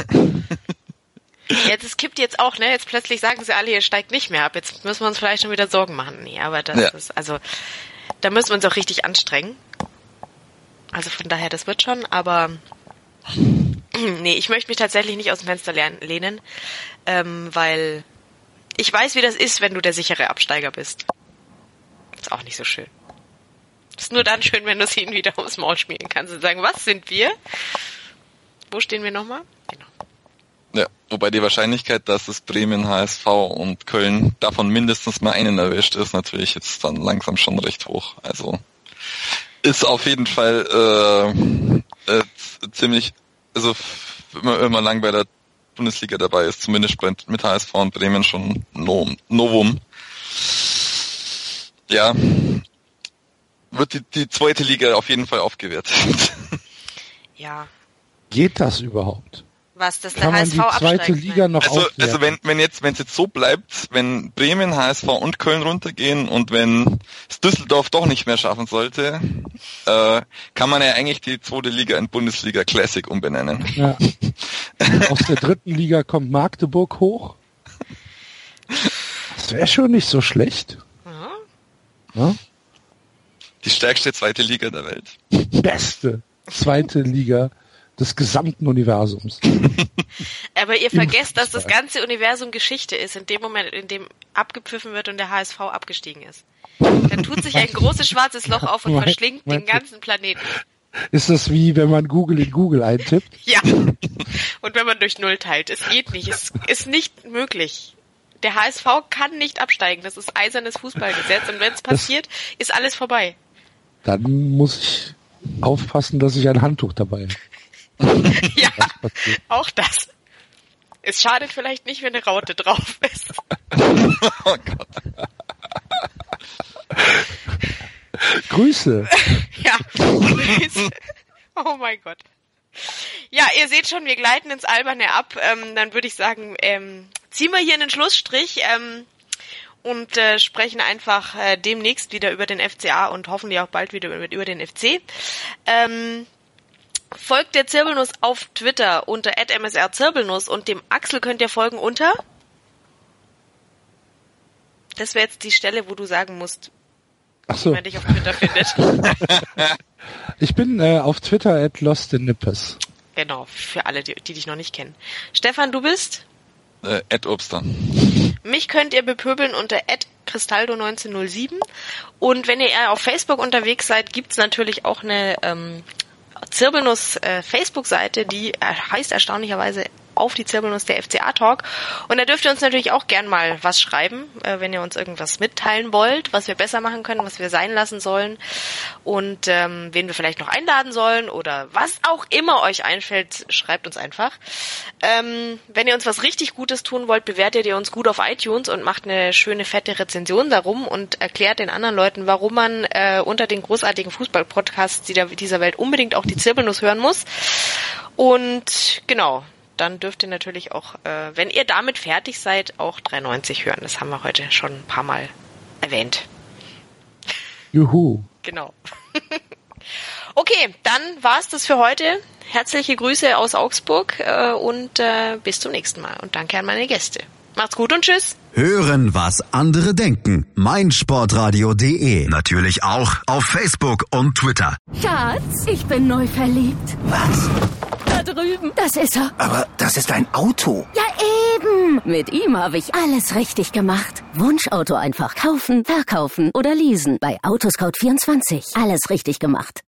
Ja, das kippt jetzt auch, ne? Jetzt plötzlich sagen sie alle, ihr steigt nicht mehr ab. Jetzt müssen wir uns vielleicht schon wieder Sorgen machen. Nee, aber das Ja. ist, also, da müssen wir uns auch richtig anstrengen. Also von daher, das wird schon, aber nee, ich möchte mich tatsächlich nicht aus dem Fenster lehnen, ähm, weil ich weiß, wie das ist, wenn du der sichere Absteiger bist. Ist auch nicht so schön. Ist nur dann schön, wenn du es ihnen wieder ums Maul schmieren kannst und sagen, was sind wir? Wo stehen wir nochmal? Genau. Ja, wobei die Wahrscheinlichkeit, dass es Bremen, H S V und Köln davon mindestens mal einen erwischt, ist natürlich jetzt dann langsam schon recht hoch. Also ist auf jeden Fall äh, äh, ziemlich, also f- wenn man, wenn man lang bei der Bundesliga dabei ist, zumindest bei, mit H S V und Bremen schon no, Novum. Ja, wird die, die zweite Liga auf jeden Fall aufgewertet. Ja. Geht das überhaupt? Was, dass der Kann H man S die V zweite absteigt? Liga noch Also, aufwerten? also wenn, wenn jetzt, wenn es jetzt so bleibt, wenn Bremen, H S V und Köln runtergehen und wenn es Düsseldorf doch nicht mehr schaffen sollte, äh, kann man ja eigentlich die zweite Liga in Bundesliga Classic umbenennen. Ja. Aus der dritten Liga kommt Magdeburg hoch. Das wäre schon nicht so schlecht. Mhm. Ja? Die stärkste zweite Liga der Welt. Beste zweite Liga des gesamten Universums. Aber ihr vergesst, dass das Fußball. ganze Universum Geschichte ist, in dem Moment, in dem abgepfiffen wird und der H S V abgestiegen ist. Dann tut sich ein großes schwarzes Loch auf und Mein- verschlingt mein- den ganzen Planeten. Ist das wie, wenn man Google in Google eintippt? Ja. Und wenn man durch Null teilt. Es geht nicht. Es ist nicht möglich. Der H S V kann nicht absteigen. Das ist eisernes Fußballgesetz. Und wenn es passiert, ist alles vorbei. Dann muss ich aufpassen, dass ich ein Handtuch dabei habe. Ja, auch das. Es schadet vielleicht nicht, wenn eine Raute drauf ist. Oh Gott. Grüße. Ja. Oh mein Gott. Ja, ihr seht schon, wir gleiten ins Alberne ab. Ähm, dann würde ich sagen, ähm, ziehen wir hier einen Schlussstrich ähm, und äh, sprechen einfach äh, demnächst wieder über den F C A und hoffentlich auch bald wieder über, über den F C. Ähm, Folgt der Zirbelnuss auf Twitter unter at m s r zirbelnuss und dem Axel könnt ihr folgen unter... Das wäre jetzt die Stelle, wo du sagen musst, Ach so. wie man dich auf Twitter findet. Ich bin äh, auf Twitter at lostinnippes. Genau, für alle, die, die dich noch nicht kennen. Stefan, du bist? Äh, at Obster. Mich könnt ihr bepöbeln unter at cristaldo neunzehnhundertsieben. Und wenn ihr eher auf Facebook unterwegs seid, gibt's natürlich auch eine ähm, Zirbelnuss äh, Facebook-Seite, die äh, heißt erstaunlicherweise auf die Zirbelnuss der F C A-Talk. Und da dürft ihr uns natürlich auch gern mal was schreiben, äh, wenn ihr uns irgendwas mitteilen wollt, was wir besser machen können, was wir sein lassen sollen und ähm, wen wir vielleicht noch einladen sollen oder was auch immer euch einfällt, schreibt uns einfach. Ähm, wenn ihr uns was richtig Gutes tun wollt, bewertet ihr uns gut auf iTunes und macht eine schöne, fette Rezension darum und erklärt den anderen Leuten, warum man äh, unter den großartigen Fußball-Podcasts dieser Welt unbedingt auch die Zirbelnuss hören muss. Und genau, dann dürft ihr natürlich auch, äh, wenn ihr damit fertig seid, auch drei neunzig hören. Das haben wir heute schon ein paar Mal erwähnt. Juhu. Genau. Okay, dann war's das für heute. Herzliche Grüße aus Augsburg äh, und äh, bis zum nächsten Mal. Und danke an meine Gäste. Macht's gut und tschüss. Hören, was andere denken. meinsportradio punkt de. Natürlich auch auf Facebook und Twitter. Schatz, ich bin neu verliebt. Was? Da drüben. Das ist er. Aber das ist ein Auto. Ja, eben. Mit ihm habe ich alles richtig gemacht. Wunschauto einfach kaufen, verkaufen oder leasen. Bei Autoscout vierundzwanzig. Alles richtig gemacht.